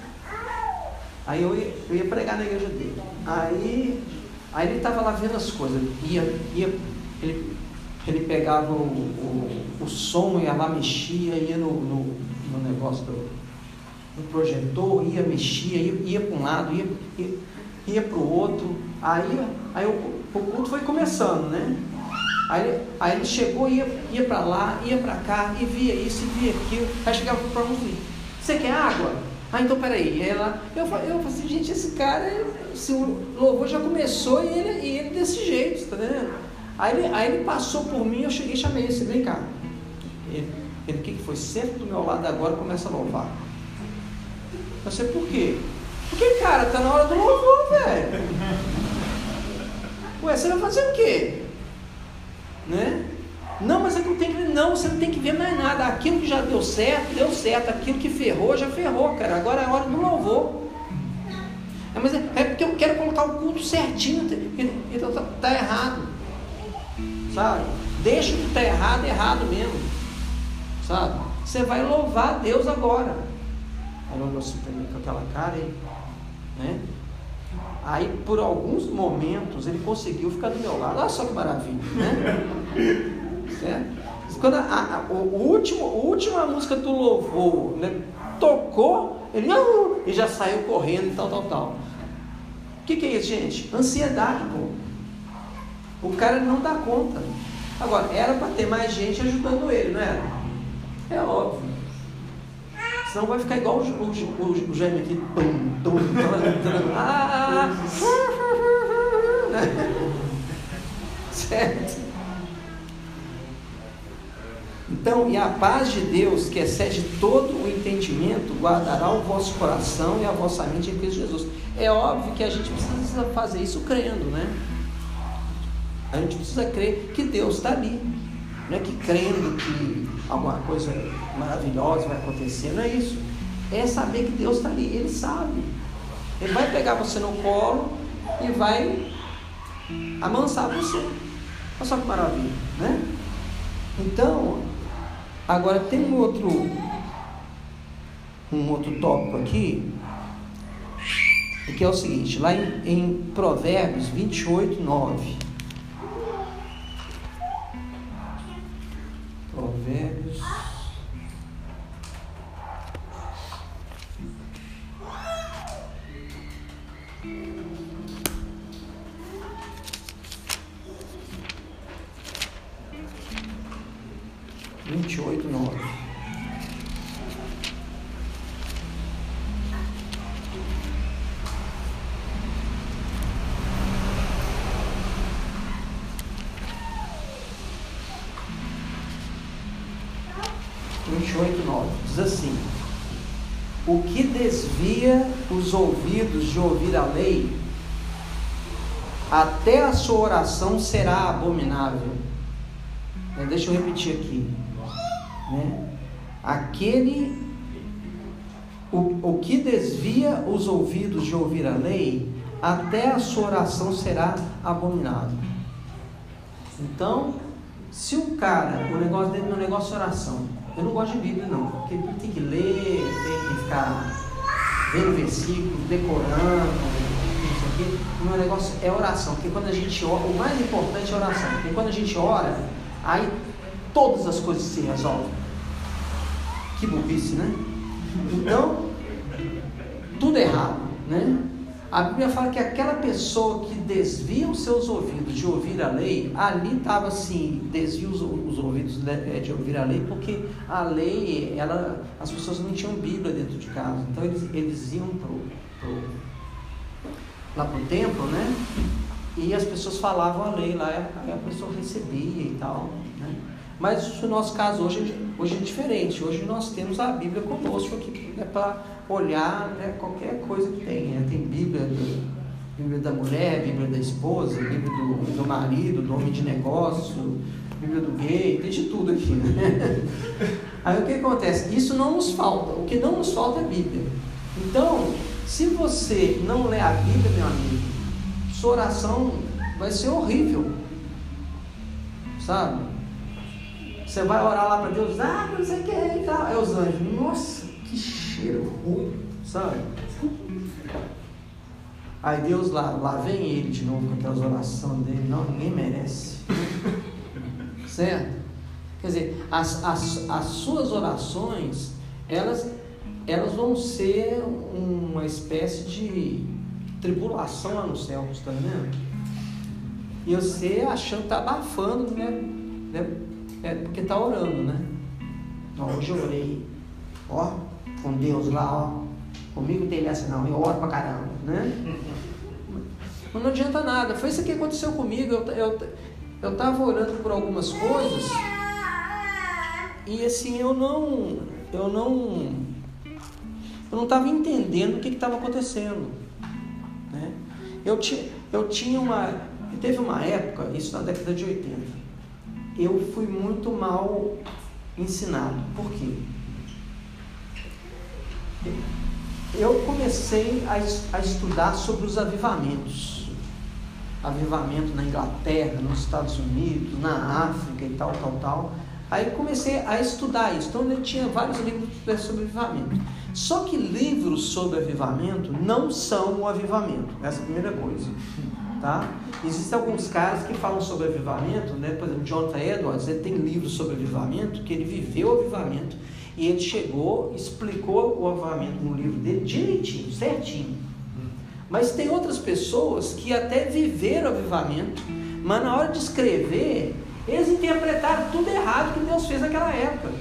S1: Aí eu ia, eu ia pregar na igreja dele. Aí, aí ele estava lá vendo as coisas. Ia, ia, ele, ele pegava o, o, o som, ia lá, mexia, ia no, no, no negócio do no projetor, ia, mexia, ia, ia para um lado, ia, ia, ia para o outro. Aí, aí o, o culto foi começando, né? Aí, aí ele chegou, ia, ia para lá, ia para cá, e via isso, e via aquilo. Aí chegava para um e você quer água? Ah, então peraí, ela, eu, eu falei assim, gente, esse cara, esse louvor já começou e ele, e ele desse jeito, tá vendo? Aí ele, aí ele passou por mim, eu cheguei e chamei ele, vem cá. Ele, ele, o que que foi? Sempre do meu lado agora começa a louvar. Eu sei por quê? Porque, cara, tá na hora do louvor, velho. Ué, você vai fazer o quê? Né? Não, mas é que não tem que, não, você não tem que ver mais nada. Aquilo que já deu certo, deu certo. Aquilo que ferrou, já ferrou, cara. Agora é a hora do louvor. É, mas é, é porque eu quero colocar o culto certinho. Então tá, tá errado, sabe? Deixa o que tá errado, errado mesmo, sabe? Você vai louvar a Deus agora. Aí eu olhou assim pra mim com aquela cara aí, né? Aí por alguns momentos ele conseguiu ficar do meu lado. Olha só que maravilha, né? Certo? Quando a, a, a, o último, a última música do louvor, né, tocou, ele, uh, ele já saiu correndo e tal, tal, tal. O que, que é isso, gente? Ansiedade, pô. O cara não dá conta. Agora, era para ter mais gente ajudando ele, não era? É óbvio. Senão vai ficar igual o, o, o, o gêmeo aqui. Tum, tum, tum, ah, certo? Então, e a paz de Deus, que excede todo o entendimento, guardará o vosso coração e a vossa mente em Cristo Jesus. É óbvio que a gente precisa fazer isso crendo, né? A gente precisa crer que Deus está ali. Não é que crendo que alguma coisa maravilhosa vai acontecer, não é isso. É saber que Deus está ali, Ele sabe. Ele vai pegar você no colo e vai amansar você. Olha só que maravilha, né? Então, agora tem um outro, um outro tópico aqui, que é o seguinte, lá em, em Provérbios vinte e oito, nove. Provérbios vinte e oito, nove. vinte e oito, nove. Diz assim: o que desvia os ouvidos de ouvir a lei até a sua oração será abominável. É, deixa eu repetir aqui, né? Aquele, o, o que desvia os ouvidos de ouvir a lei, até a sua oração será abominável. Então, se o cara, o negócio dele não é negócio de oração, eu não gosto de Bíblia não, porque tem que ler, tem que ficar vendo versículos, decorando, isso aqui. O meu negócio é oração, porque quando a gente ora, o mais importante é a oração, porque quando a gente ora, aí todas as coisas se resolvem. Que bobice, né? Então, tudo errado, né? A Bíblia fala que aquela pessoa que desvia os seus ouvidos de ouvir a lei, ali estava assim, desvia os, os ouvidos de, de ouvir a lei, porque a lei, ela, as pessoas não tinham Bíblia dentro de casa, então eles, eles iam pro, pro, lá para o templo, né? E as pessoas falavam a lei lá, e a pessoa recebia e tal, né? Mas o nosso caso hoje, hoje é diferente. Hoje nós temos a Bíblia conosco aqui, né, para olhar, né, qualquer coisa que tem. Né? Tem Bíblia, do, Bíblia da mulher, Bíblia da esposa, Bíblia do, do marido, do homem de negócio, Bíblia do gay, tem de tudo aqui. Né? Aí o que acontece? Isso não nos falta. O que não nos falta é Bíblia. Então, se você não lê a Bíblia, meu amigo, sua oração vai ser horrível. Sabe? Você vai orar lá para Deus, ah, não sei o que e tal. É os anjos, nossa, que cheiro ruim, sabe? Aí Deus lá, lá vem ele de novo com aquelas orações dele, não, ninguém merece. Certo? Quer dizer, as, as, as suas orações, elas, elas vão ser uma espécie de tribulação lá no céu, você está vendo? E você achando que está abafando, né? né? É porque está orando, né? Ó, hoje eu orei, ó, com Deus lá, ó. Comigo não tem essa não, eu oro pra caramba, né? Mas não adianta nada. Foi isso que aconteceu comigo. Eu, eu, eu tava orando por algumas coisas e assim, eu não, eu não, eu não estava entendendo o que estava acontecendo, né? Eu tinha, eu tinha uma, teve uma época, isso na década de oitenta. Eu fui muito mal ensinado. Por quê? Eu comecei a, a estudar sobre os avivamentos. Avivamento na Inglaterra, nos Estados Unidos, na África e tal, tal, tal. Aí comecei a estudar isso. Então eu tinha vários livros sobre avivamento. Só que livros sobre avivamento não são o avivamento. Essa é a primeira coisa. Tá? Existem alguns caras que falam sobre avivamento, né? Por exemplo, Jonathan Edwards, ele tem livros sobre avivamento, que ele viveu o avivamento e ele chegou, explicou o avivamento no livro dele direitinho, certinho. Mas tem outras pessoas que até viveram o avivamento, mas na hora de escrever, eles interpretaram tudo errado que Deus fez naquela época.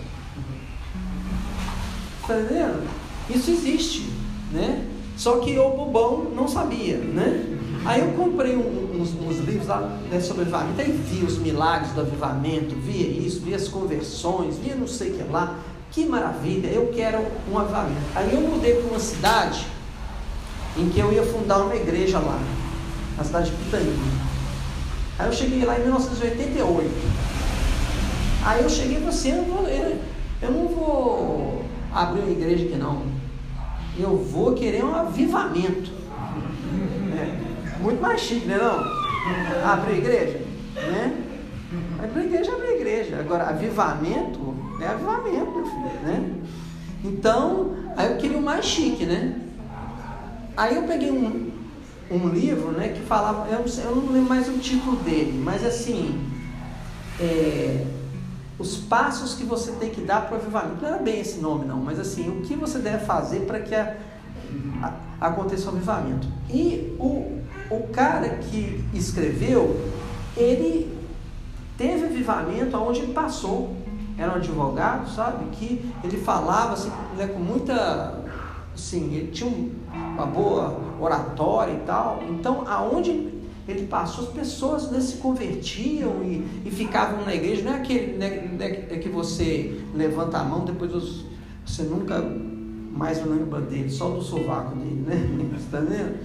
S1: Tá entendendo? Isso existe, né? Só que o bobão não sabia, né? Aí eu comprei um, uns, uns livros lá, né, sobre avivamento, aí vi os milagres do avivamento, via isso, via as conversões, via não sei o que lá, que maravilha, eu quero um avivamento. Aí eu mudei para uma cidade em que eu ia fundar uma igreja lá, na cidade de Pitangui. Aí eu cheguei lá em mil novecentos e oitenta e oito. Aí eu cheguei e falei assim, eu, vou, eu, eu não vou abrir uma igreja aqui não, eu vou querer um avivamento. É. Muito mais chique, né não? Abrir igreja, né? Abrir igreja, abrir igreja. Agora, avivamento é avivamento, meu filho, né? Então, aí eu queria o mais chique, né? Aí eu peguei um, um livro, né, que falava, eu não, sei, eu não lembro mais o título dele, mas assim, é, os passos que você tem que dar para o avivamento. Não era bem esse nome não, mas assim, o que você deve fazer para que a, a, aconteça o avivamento. E o O cara que escreveu, ele teve avivamento aonde ele passou. Era um advogado, sabe? Que ele falava assim, né, com muita... Assim, ele tinha uma boa oratória e tal. Então, aonde ele passou, as pessoas, né, se convertiam e, e ficavam na igreja. Não é aquele, né, é que você levanta a mão, depois você nunca mais lembra dele, só do sovaco dele, né? Você tá vendo?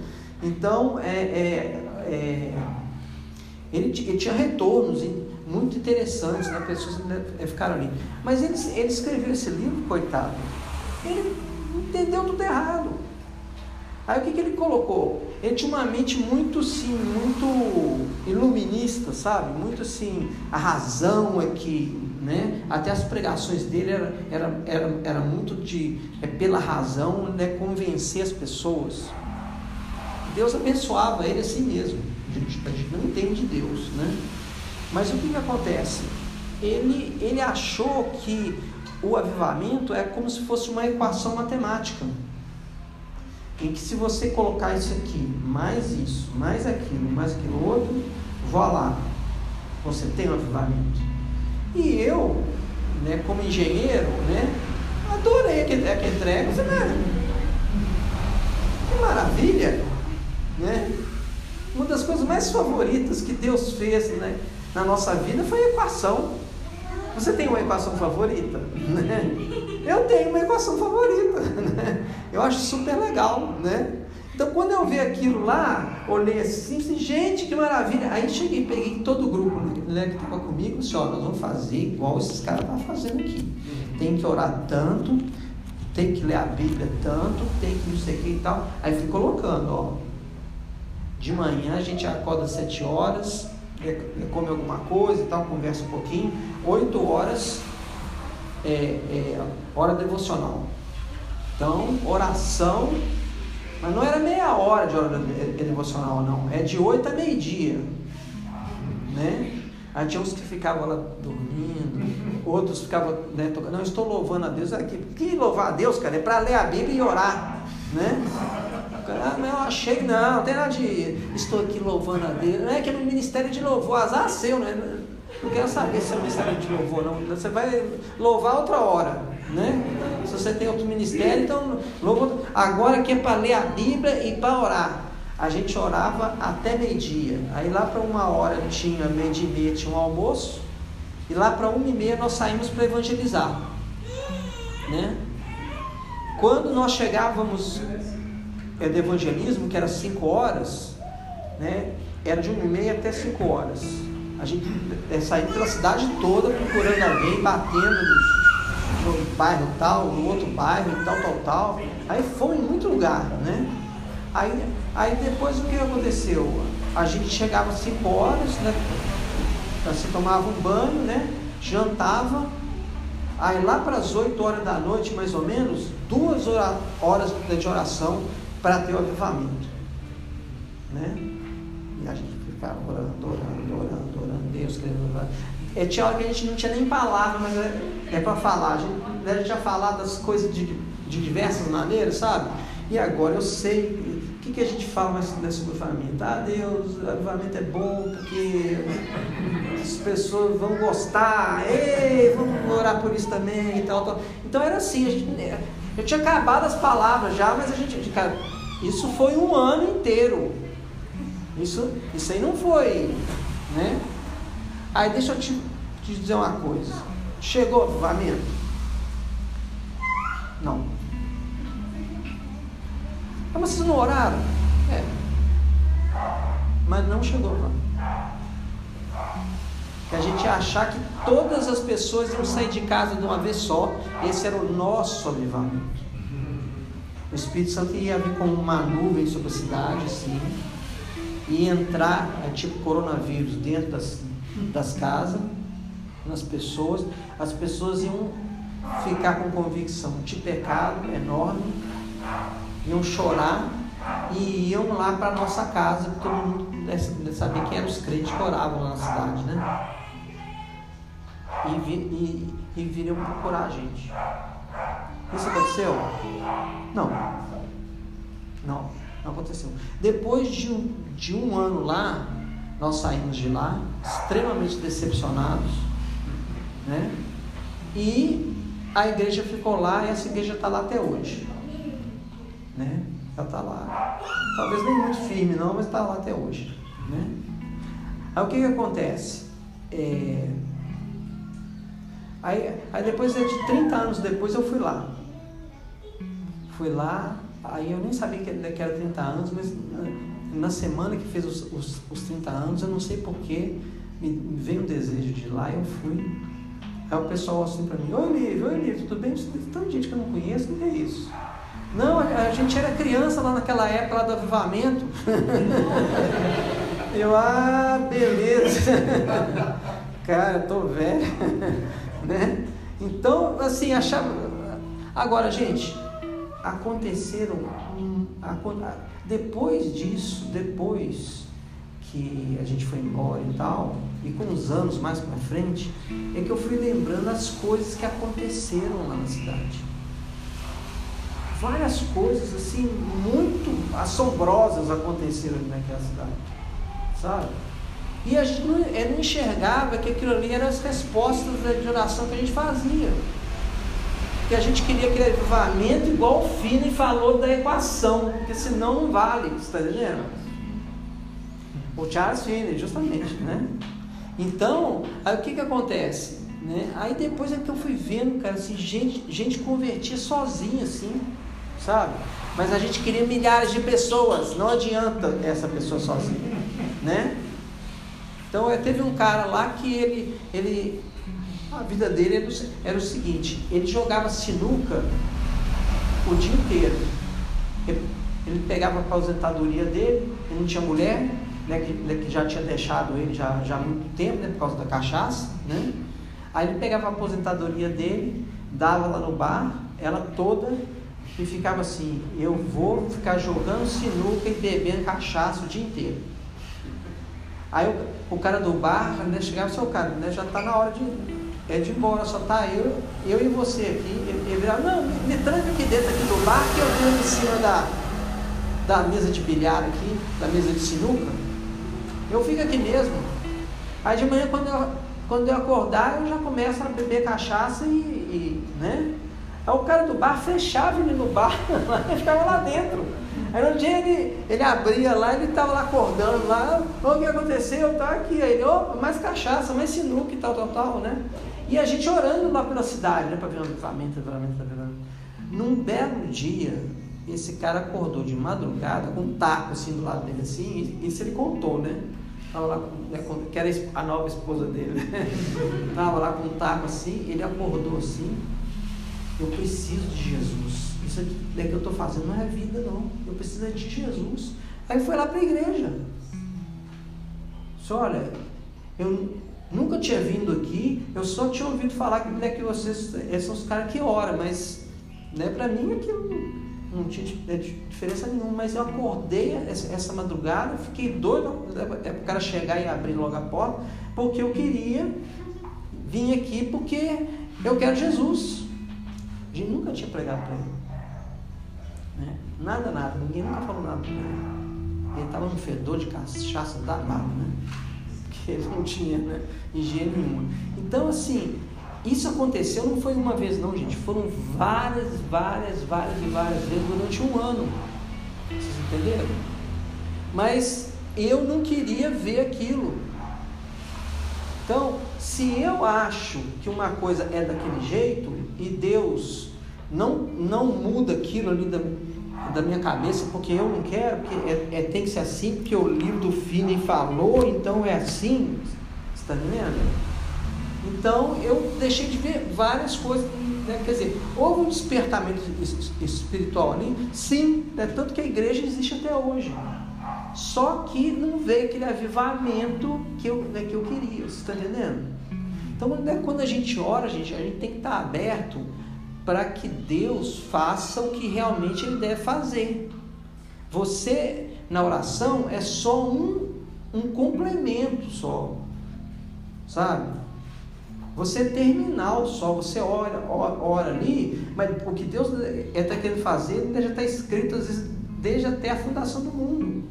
S1: Então, é, é, é, ele, ele tinha retornos muito interessantes, né? Pessoas ficaram ali. Mas ele, ele escreveu esse livro, coitado, ele entendeu tudo errado. Aí o que, que ele colocou? Ele tinha uma mente muito, sim, muito iluminista, sabe? Muito assim, a razão é que, né? Até as pregações dele era, era, era, era muito de, é pela razão, né? Convencer as pessoas. Deus abençoava ele assim mesmo. A gente, a gente não entende Deus, né? Mas o que, que acontece? Ele, ele achou que o avivamento é como se fosse uma equação matemática, em que se você colocar isso aqui, mais isso, mais aquilo, mais aquilo outro, vá lá, você tem um avivamento. E eu, né, como engenheiro, né, adorei aquele, aquele treco, você, né? Que maravilha, né? Uma das coisas mais favoritas que Deus fez, né, na nossa vida foi a equação. Você tem uma equação favorita? Né? Eu tenho uma equação favorita, né? Eu acho super legal, né? Então, quando eu vi aquilo lá, olhei assim, assim, gente, que maravilha. Aí cheguei, peguei todo o grupo, né, que estava comigo, disse, ó, nós vamos fazer igual esses caras estão fazendo aqui. Tem que orar tanto, tem que ler a Bíblia tanto, tem que não sei o que e tal. Aí fui colocando, ó, de manhã a gente acorda às sete horas, come alguma coisa e tal, conversa um pouquinho, oito horas é, é hora devocional. Então, oração, mas não era meia hora de hora devocional, não, é de oito a meio-dia, né? Aí tinha uns que ficavam lá dormindo, outros ficavam, né, tocando, não, estou louvando a Deus aqui. Que louvar a Deus, cara? É para ler a Bíblia e orar, né? Ah, mas eu achei que não, não tem nada de estou aqui louvando a Deus. Não é que é no ministério de louvor, azar seu, né? Não quero saber se é o ministério de louvor, não. Você vai louvar outra hora, né? Se você tem outro ministério, então louva. Agora que é para ler a Bíblia e para orar. A gente orava até meio-dia. Aí lá para uma hora tinha, meio-dia e meia tinha um almoço. E lá para uma e meia nós saímos para evangelizar, né? Quando nós chegávamos é, do evangelismo, que era cinco horas, né? Era de uma e meia até cinco horas. A gente é, saía pela cidade toda procurando alguém, batendo no, no bairro tal, no outro bairro e tal, tal, tal. Aí fomos em muito lugar, né? Aí, aí depois o que aconteceu? A gente chegava às cinco horas, né? Se tomava um banho, né? Jantava. Aí lá para as oito horas da noite, mais ou menos, duas horas de oração para ter o avivamento, né? E a gente ficava orando, orando, orando, orando, Deus querendo orar. É, tinha hora que a gente não tinha nem palavra, mas é, é para falar. A gente, a gente já falado das coisas de, de diversas maneiras, sabe? E agora eu sei o que, que a gente fala mais sobre o avivamento. Ah, Deus, o avivamento é bom porque as pessoas vão gostar, ei, vamos orar por isso também e tal, tal. Então era assim, a gente, eu tinha acabado as palavras já, mas a gente, cara, isso foi um ano inteiro. Isso, isso aí não foi, né? Aí deixa eu te, te dizer uma coisa. Chegou o avivamento? Não. Ah, mas vocês não oraram? É. Mas não chegou lá. Que a gente ia achar que todas as pessoas iam sair de casa de uma vez só. Esse era o nosso avivamento. O Espírito Santo ia vir como uma nuvem sobre a cidade, assim, e entrar, tipo coronavírus, dentro das, das casas, nas pessoas. As pessoas iam ficar com convicção de pecado enorme, iam chorar e iam lá para a nossa casa, porque todo mundo deve saber quem eram os crentes que oravam lá na cidade, né? E, vi, e, e viriam procurar a gente. Isso aconteceu? Não. Não, não aconteceu. Depois de um, de um ano lá, nós saímos de lá, extremamente decepcionados, né? E a igreja ficou lá e essa igreja está lá até hoje, né? Ela está lá, talvez nem muito firme não, mas está lá até hoje, né? Aí o que que acontece? É... Aí, aí depois de trinta anos depois eu fui lá, fui lá, aí eu nem sabia que era trinta anos, mas na semana que fez os, os, os trinta anos, eu não sei porquê, me, me veio um desejo de ir lá e eu fui. Aí o pessoal assim pra mim, oi Olívio, oi Olívio, tudo bem? Tanta gente que eu não conheço, o que é isso? Não, a, a gente era criança lá naquela época lá do avivamento. Eu, ah, beleza. Cara, eu tô velho. Né? Então, assim, achava... Agora, gente, aconteceram... Depois disso, depois que a gente foi embora e tal, e com uns anos mais pra frente, é que eu fui lembrando as coisas que aconteceram lá na cidade. Várias coisas, assim, muito assombrosas aconteceram naquela cidade, sabe? E a gente não, eu não enxergava que aquilo ali eram as respostas de oração que a gente fazia. Que a gente queria aquele avivamento igual o Finney falou da equação, porque senão não vale, você está entendendo? O Charles Finney, justamente, né? Então, aí o que que acontece? Né? Aí depois é que eu fui vendo, cara, assim, gente, gente convertia sozinha, assim, sabe? Mas a gente queria milhares de pessoas, não adianta essa pessoa sozinha, né? Então, teve um cara lá que ele, ele a vida dele era o, era o seguinte, ele jogava sinuca o dia inteiro. Ele, ele pegava a aposentadoria dele, ele não tinha mulher, né, que, que já tinha deixado ele já, já há muito tempo, né, por causa da cachaça, né? Aí ele pegava a aposentadoria dele, dava lá no bar, ela toda, e ficava assim, eu vou ficar jogando sinuca e bebendo cachaça o dia inteiro. Aí o, o cara do bar, né, chegava, seu cara, né, já está na hora de, é de ir embora, só tá eu, eu e você aqui. Ele, ele virava, não, me, me tranca aqui dentro aqui do bar, que eu venho em cima da, da mesa de bilhar aqui, da mesa de sinuca, eu fico aqui mesmo. Aí de manhã, quando eu, quando eu acordar, eu já começo a beber cachaça e, e né? Aí o cara do bar fechava ele no bar, ele ficava lá dentro. Aí um dia ele, ele abria lá, ele estava lá acordando lá, o que aconteceu? Tá aqui, aí ele, opa, mais cachaça, mais sinuca e tal, tal, tal, né? E a gente orando lá pela cidade, né, para ver o avivamento, avivamento, avivamento. Num belo dia, esse cara acordou de madrugada com um taco assim do lado dele, assim, isso ele contou, né? Estava lá, com, que era a nova esposa dele, estava lá com um taco assim, ele acordou assim, eu preciso de Jesus. Isso aqui que eu estou fazendo não é vida, não. Eu preciso de Jesus. Aí foi lá para a igreja. Só olha, eu nunca tinha vindo aqui, eu só tinha ouvido falar que, né, que vocês, esses são os caras que oram, mas né, para mim aquilo não, não tinha diferença nenhuma. Mas eu acordei essa, essa madrugada, fiquei doido é para o cara chegar e abrir logo a porta, porque eu queria vir aqui porque eu quero Jesus. A gente nunca tinha pregado para ele. Né? Nada, nada, ninguém nunca falou nada para ele. Ele estava no fedor de cachaça danado, né? Porque ele não tinha, né, higiene nenhuma. Então, assim, isso aconteceu não foi uma vez, não, gente. Foram várias, várias, várias e várias vezes durante um ano. Vocês entenderam? Mas eu não queria ver aquilo. Então, se eu acho que uma coisa é daquele jeito e Deus não, não muda aquilo ali da, da minha cabeça, porque eu não quero, porque é, é, tem que ser assim, porque o livro do Finney falou, então é assim, você está entendendo? Então, eu deixei de ver várias coisas, né? Quer dizer, houve um despertamento espiritual ali, sim, né? Tanto que a igreja existe até hoje. Só que não veio aquele avivamento que eu, né, que eu queria, você está entendendo? Então, né, quando a gente ora, gente, a gente tem que estar aberto para que Deus faça o que realmente Ele deve fazer. Você, na oração, é só um, um complemento só, sabe? Você é terminal só, você ora, ora, ora ali, mas o que Deus está querendo fazer já está escrito, às vezes, desde até a fundação do mundo.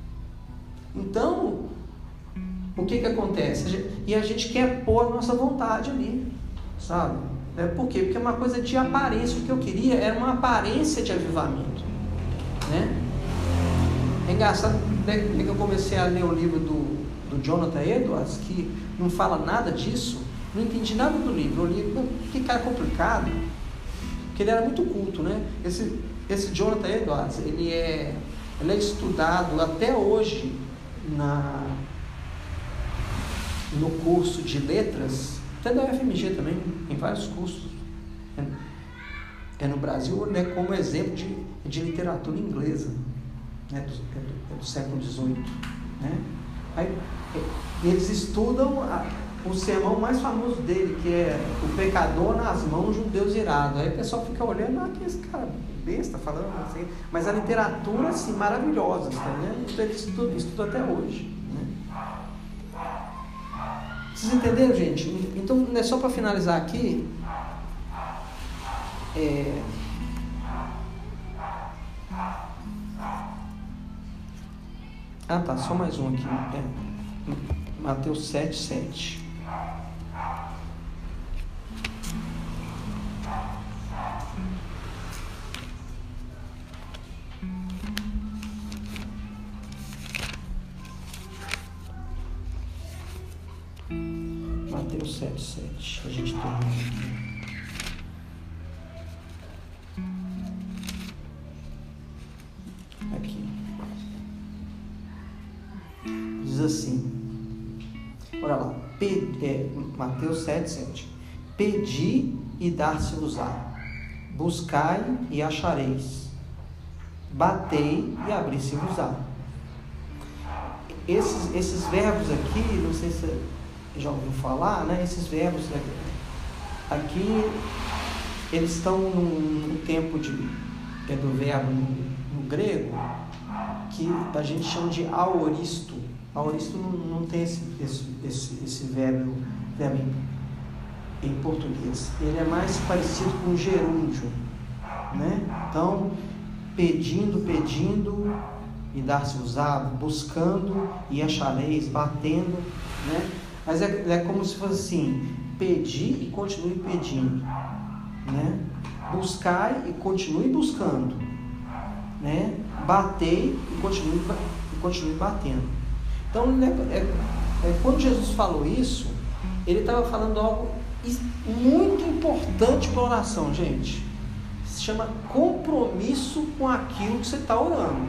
S1: Então, o que que acontece? E a gente quer pôr a nossa vontade ali, sabe? É, por quê? Porque é uma coisa de aparência. O que eu queria era uma aparência de avivamento, né? É engraçado, né, que eu comecei a ler o livro do, do Jonathan Edwards, que não fala nada disso, não entendi nada do livro. Eu li, que cara complicado, porque ele era muito culto, né? Esse, esse Jonathan Edwards, ele é ele é estudado até hoje na, no curso de letras, até da U F M G também, em vários cursos. É, é no Brasil, né, como exemplo de, de literatura inglesa, né, do, é do, é do século dezoito. Né? Aí, eles estudam a, o sermão mais famoso dele, que é o pecador nas mãos de um Deus irado. Aí o pessoal fica olhando, ah, que esse cara besta falando assim. Mas a literatura, assim, maravilhosa, tá vendo? Então eles estudam, estudam até hoje. Né? Vocês entenderam, gente? Então, né, só para finalizar aqui, é... ah tá, só mais um aqui. É. Mateus sete, sete. Mateus sete, sete. A gente termina aqui. Aqui. Diz assim. Olha lá. É, Mateus sete, sete. Pedi e dar-se-vos-á. Buscai e achareis. Batei e abri-se-vos-á. Esses, esses verbos aqui, não sei se você já ouviu falar, né? Esses verbos aqui, eles estão num, num tempo de, é do verbo no, no grego, que a gente chama de aoristo. Aoristo não, não tem esse, esse, esse, esse verbo, verbo em, em português. Ele é mais parecido com gerúndio, né? Então, pedindo, pedindo e dar-se-vos-á, buscando e achareis, batendo, né? Mas é, é como se fosse assim: pedir e continue pedindo, né? Buscai e continue buscando, né? Batei e continue, e continue batendo. Então, é, é, é, quando Jesus falou isso, ele estava falando algo muito importante para a oração, gente. Se chama compromisso com aquilo que você está orando.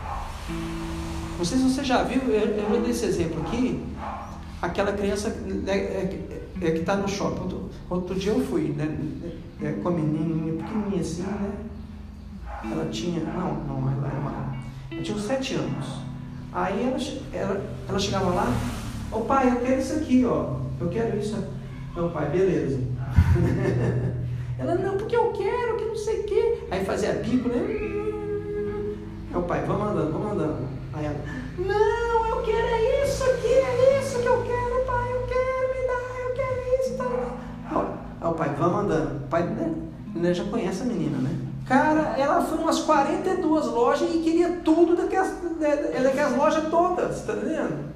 S1: Não sei se você já viu, eu, eu vou dar esse exemplo aqui. Aquela criança é, é, é, que está no shopping. Outro, outro dia eu fui, né, é, com a menininha pequenininha assim, né? Ela tinha, não, não, ela era uma, ela tinha uns sete anos. Aí ela, ela, ela chegava lá, ô pai, eu quero isso aqui, ó, eu quero isso. Meu pai, beleza. Ela, não, porque eu quero, que não sei o quê. Aí fazia bico, né? Meu pai, vamos andando, vamos andando. Aí ela, não, eu quero é isso aqui, é isso que eu quero, pai, eu quero, me dá, eu quero isso, tá? Aí o pai, vamos andando. O pai, né, né, já conhece a menina, né? Cara, ela foi umas quarenta e duas lojas e queria tudo daquelas, daquelas lojas todas, tá entendendo?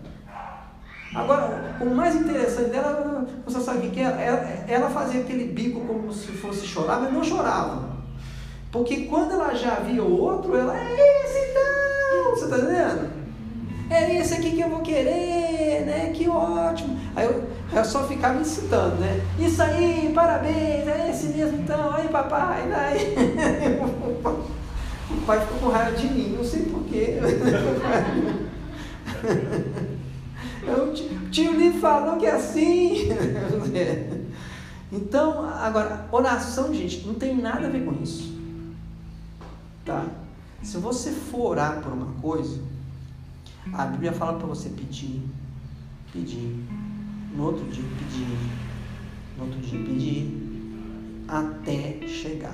S1: Agora, o mais interessante dela, você sabe o que é? Ela, ela fazia aquele bico como se fosse chorar, mas não chorava. Porque quando ela já via o outro, ela, é esse então, você tá entendendo? É esse aqui que eu vou querer, né? Que ótimo. Aí eu, eu só ficava incitando, né? Isso aí, parabéns, é esse mesmo então, aí papai, daí. O pai ficou com raiva de mim, não sei porquê. O tio Lito falou que é assim. Então, agora, oração, gente, não tem nada a ver com isso. Tá? Se você for orar por uma coisa, a Bíblia fala para você pedir, pedir, no outro dia pedir, no outro dia pedir, até chegar.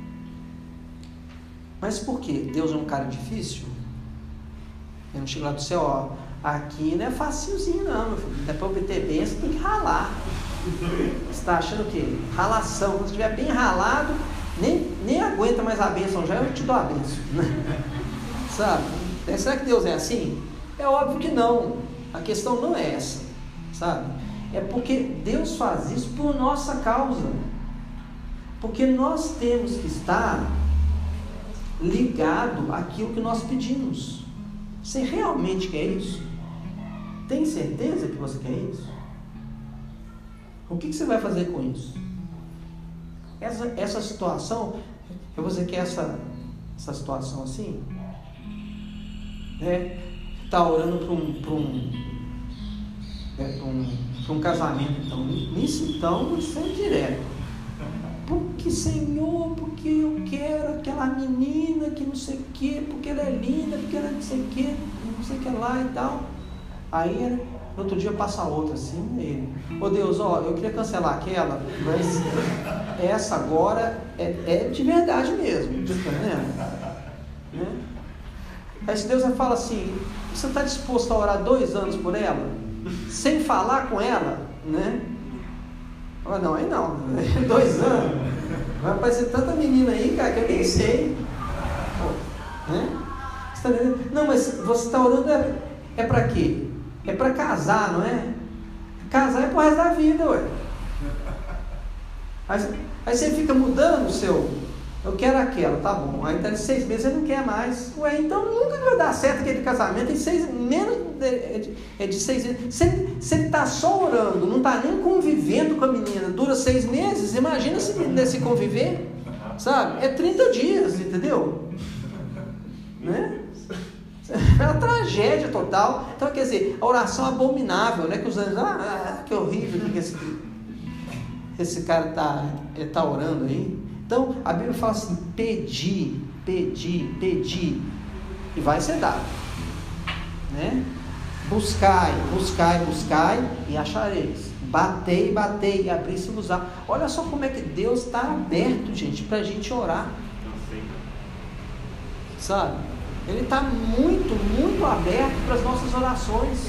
S1: Mas por quê? Deus é um cara difícil? Ele não chega lá do céu, ó, aqui não é facilzinho não, meu filho. Depois de obter bênção, tem que ralar. Você está achando o quê? Ralação. Quando você estiver bem ralado, nem, nem aguenta mais a bênção, já eu te dou a bênção. Sabe? Será que Deus é assim? É óbvio que não. A questão não é essa, sabe? É porque Deus faz isso por nossa causa. Porque nós temos que estar ligado àquilo que nós pedimos. Você realmente quer isso? Tem certeza que você quer isso? O que, que você vai fazer com isso? Essa, essa situação, você quer essa, essa situação assim? né? Está orando para um, para um, é, para um, para um casamento, então. Nisso, então, isso é direto. Porque, Senhor, porque eu quero aquela menina que não sei o que, porque ela é linda, porque ela não sei o que, não sei o que lá e tal. Aí, no outro dia passa outra assim, ele, ô Deus, ó, eu queria cancelar aquela, mas essa agora é, é de verdade mesmo, tá entendendo? Né? Aí se Deus vai falar assim, você está disposto a orar dois anos por ela, sem falar com ela, né? Ah, não, aí não, dois anos, vai aparecer tanta menina aí, cara, que eu nem sei, pô, né? Você tá entendendo? Não, mas você está orando é, é para quê? É para casar, não é? Casar é pro resto da vida, ué. Aí, aí você fica mudando o seu. Eu quero aquela, tá bom. Aí tá de seis meses, você não quer mais. Ué, então nunca vai dar certo aquele casamento. Em seis, menos de, é, de, é de seis meses. Se, se ele tá só orando, não tá nem convivendo com a menina, dura seis meses, imagina se, se conviver, sabe? É trinta dias, entendeu? Né? É uma tragédia total. Então, quer dizer, a oração abominável, né? Que os anjos, ah, que horrível que esse, esse cara está tá orando aí. Então, a Bíblia fala assim: pedir, pedir, pedir, e vai ser dado, né? Buscai, buscai, buscai, e achareis. Batei, batei, e abri-se-vos-á. Olha só como é que Deus está aberto, gente, para a gente orar, sabe? Ele está muito, muito aberto para as nossas orações.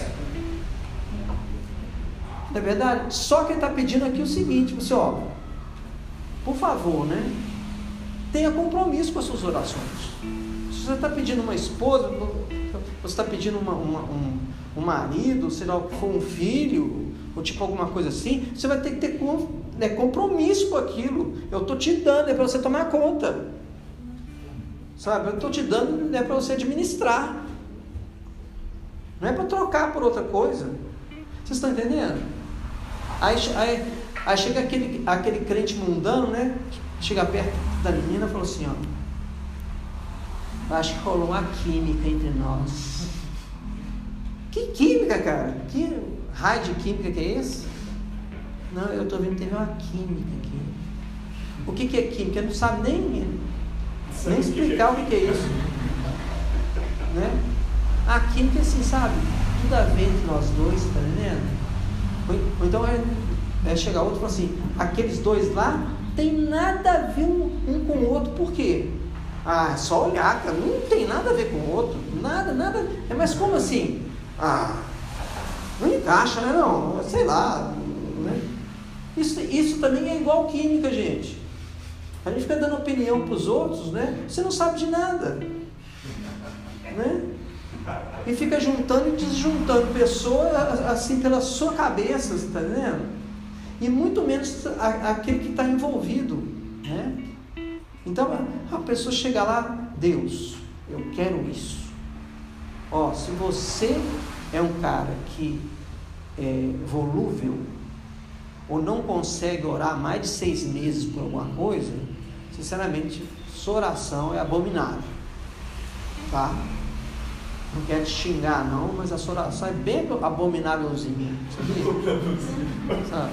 S1: Não é verdade? Só que ele está pedindo aqui o seguinte, você, ó, por favor, né? Tenha compromisso com as suas orações. Se você está pedindo uma esposa, você está pedindo uma, uma, um, um marido, sei lá, for um filho, ou tipo alguma coisa assim, você vai ter que ter com, né, compromisso com aquilo. Eu estou te dando, é para você tomar conta. Sabe, eu estou te dando, é para você administrar, não é para trocar por outra coisa. Vocês estão entendendo? Aí, aí, aí chega aquele, aquele crente mundano, né? Chega perto da menina e fala assim, ó, acho que rolou uma química entre nós. Que química, cara? Que raio de química que é esse? Não, eu estou vendo que teve uma química aqui. O que, que é química? Ele não sabe nem... nem explicar o que é isso, né? A química, assim, sabe? Tudo a ver entre nós dois, tá entendendo? Ou, ou então é, é chegar outro e falar assim: aqueles dois lá tem nada a ver um, um com o outro, por quê? Ah, é só olhar, cara, não tem nada a ver com o outro, nada, nada. É, mas como assim? Ah, não encaixa, né? Não, sei lá, né? Isso, isso também é igual química, gente. A gente fica dando opinião para os outros, né? Você não sabe de nada, né? E fica juntando e desjuntando pessoas assim pela sua cabeça, você está entendendo? E muito menos a, aquele que está envolvido, né? Então a pessoa chega lá: Deus, eu quero isso. Ó, se você é um cara que é volúvel ou não consegue orar mais de seis meses por alguma coisa, sinceramente, sua oração é abominável, tá? Não quero te xingar não, mas a sua oração é bem abominávelzinha, sabia? Sabe?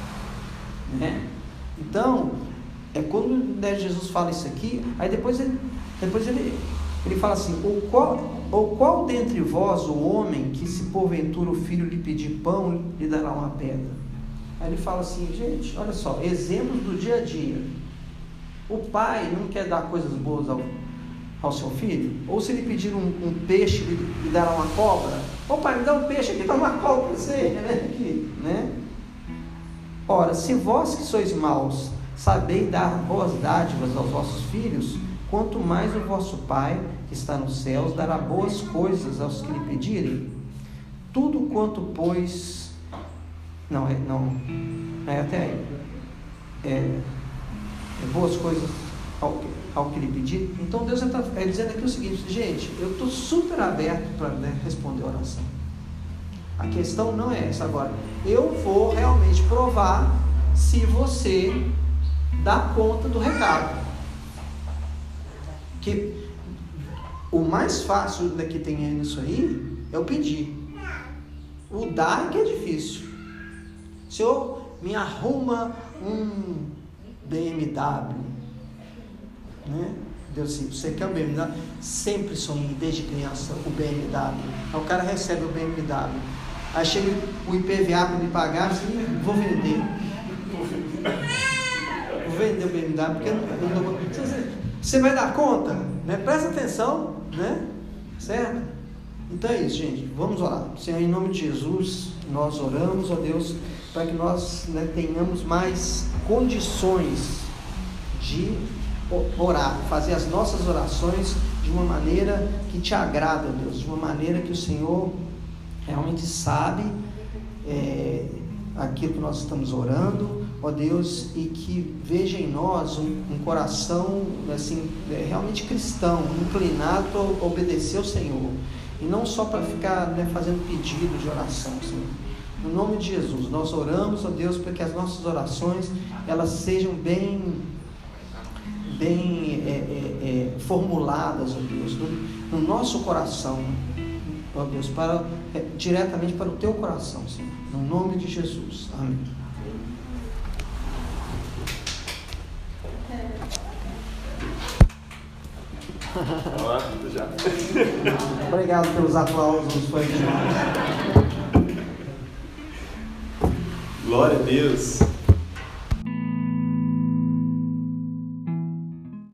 S1: Né? Então, é quando, né, Jesus fala isso aqui, aí depois ele, depois ele, ele fala assim: ou qual, ou qual dentre vós o homem que, se porventura o filho lhe pedir pão, lhe dará uma pedra? Aí ele fala assim, gente, olha só, exemplos do dia a dia. O pai não quer dar coisas boas ao, ao seu filho? Ou se ele pedir um, um peixe, lhe dará uma cobra? Ô pai, me dá um peixe aqui, dá uma cobra para você, né? Aqui, né? Ora, se vós que sois maus sabeis dar boas dádivas aos vossos filhos, quanto mais o vosso Pai, que está nos céus, dará boas coisas aos que lhe pedirem. Tudo quanto, pois... Não, é, não, é até aí. É, é boas coisas ao, ao que lhe pedir. Então Deus está é dizendo aqui o seguinte: gente, eu estou super aberto para, né, responder a oração. A questão não é essa agora. Eu vou realmente provar se você dá conta do recado. Que o mais fácil daqui tem nisso aí é o pedir. O dar é que é difícil. Senhor, me arruma um B M W, né? Deus, assim, você quer o B M W? Sempre sonhei desde criança o B M W. Aí o cara recebe o B M W, aí chega o I P V A para me pagar, assim, vou vender vou vender o B M W porque eu não vou... Você vai dar conta, né? Presta atenção, né? Certo? Então é isso, gente, vamos orar. Senhor, em nome de Jesus, nós oramos, ó Deus, para que nós, né, tenhamos mais condições de orar, fazer as nossas orações de uma maneira que te agrada, Deus, de uma maneira que o Senhor realmente sabe é, aquilo que nós estamos orando, ó Deus, e que veja em nós um, um coração assim, é, realmente cristão, inclinado a obedecer ao Senhor, e não só para ficar, né, fazendo pedido de oração, Senhor. No nome de Jesus, nós oramos, ó Deus, para que as nossas orações elas sejam bem bem é, é, é, formuladas, ó Deus, no, no nosso coração, ó Deus, para, é, diretamente para o teu coração, Senhor, no nome de Jesus, amém. Obrigado pelos aplausos, foi demais.
S2: Glória a Deus.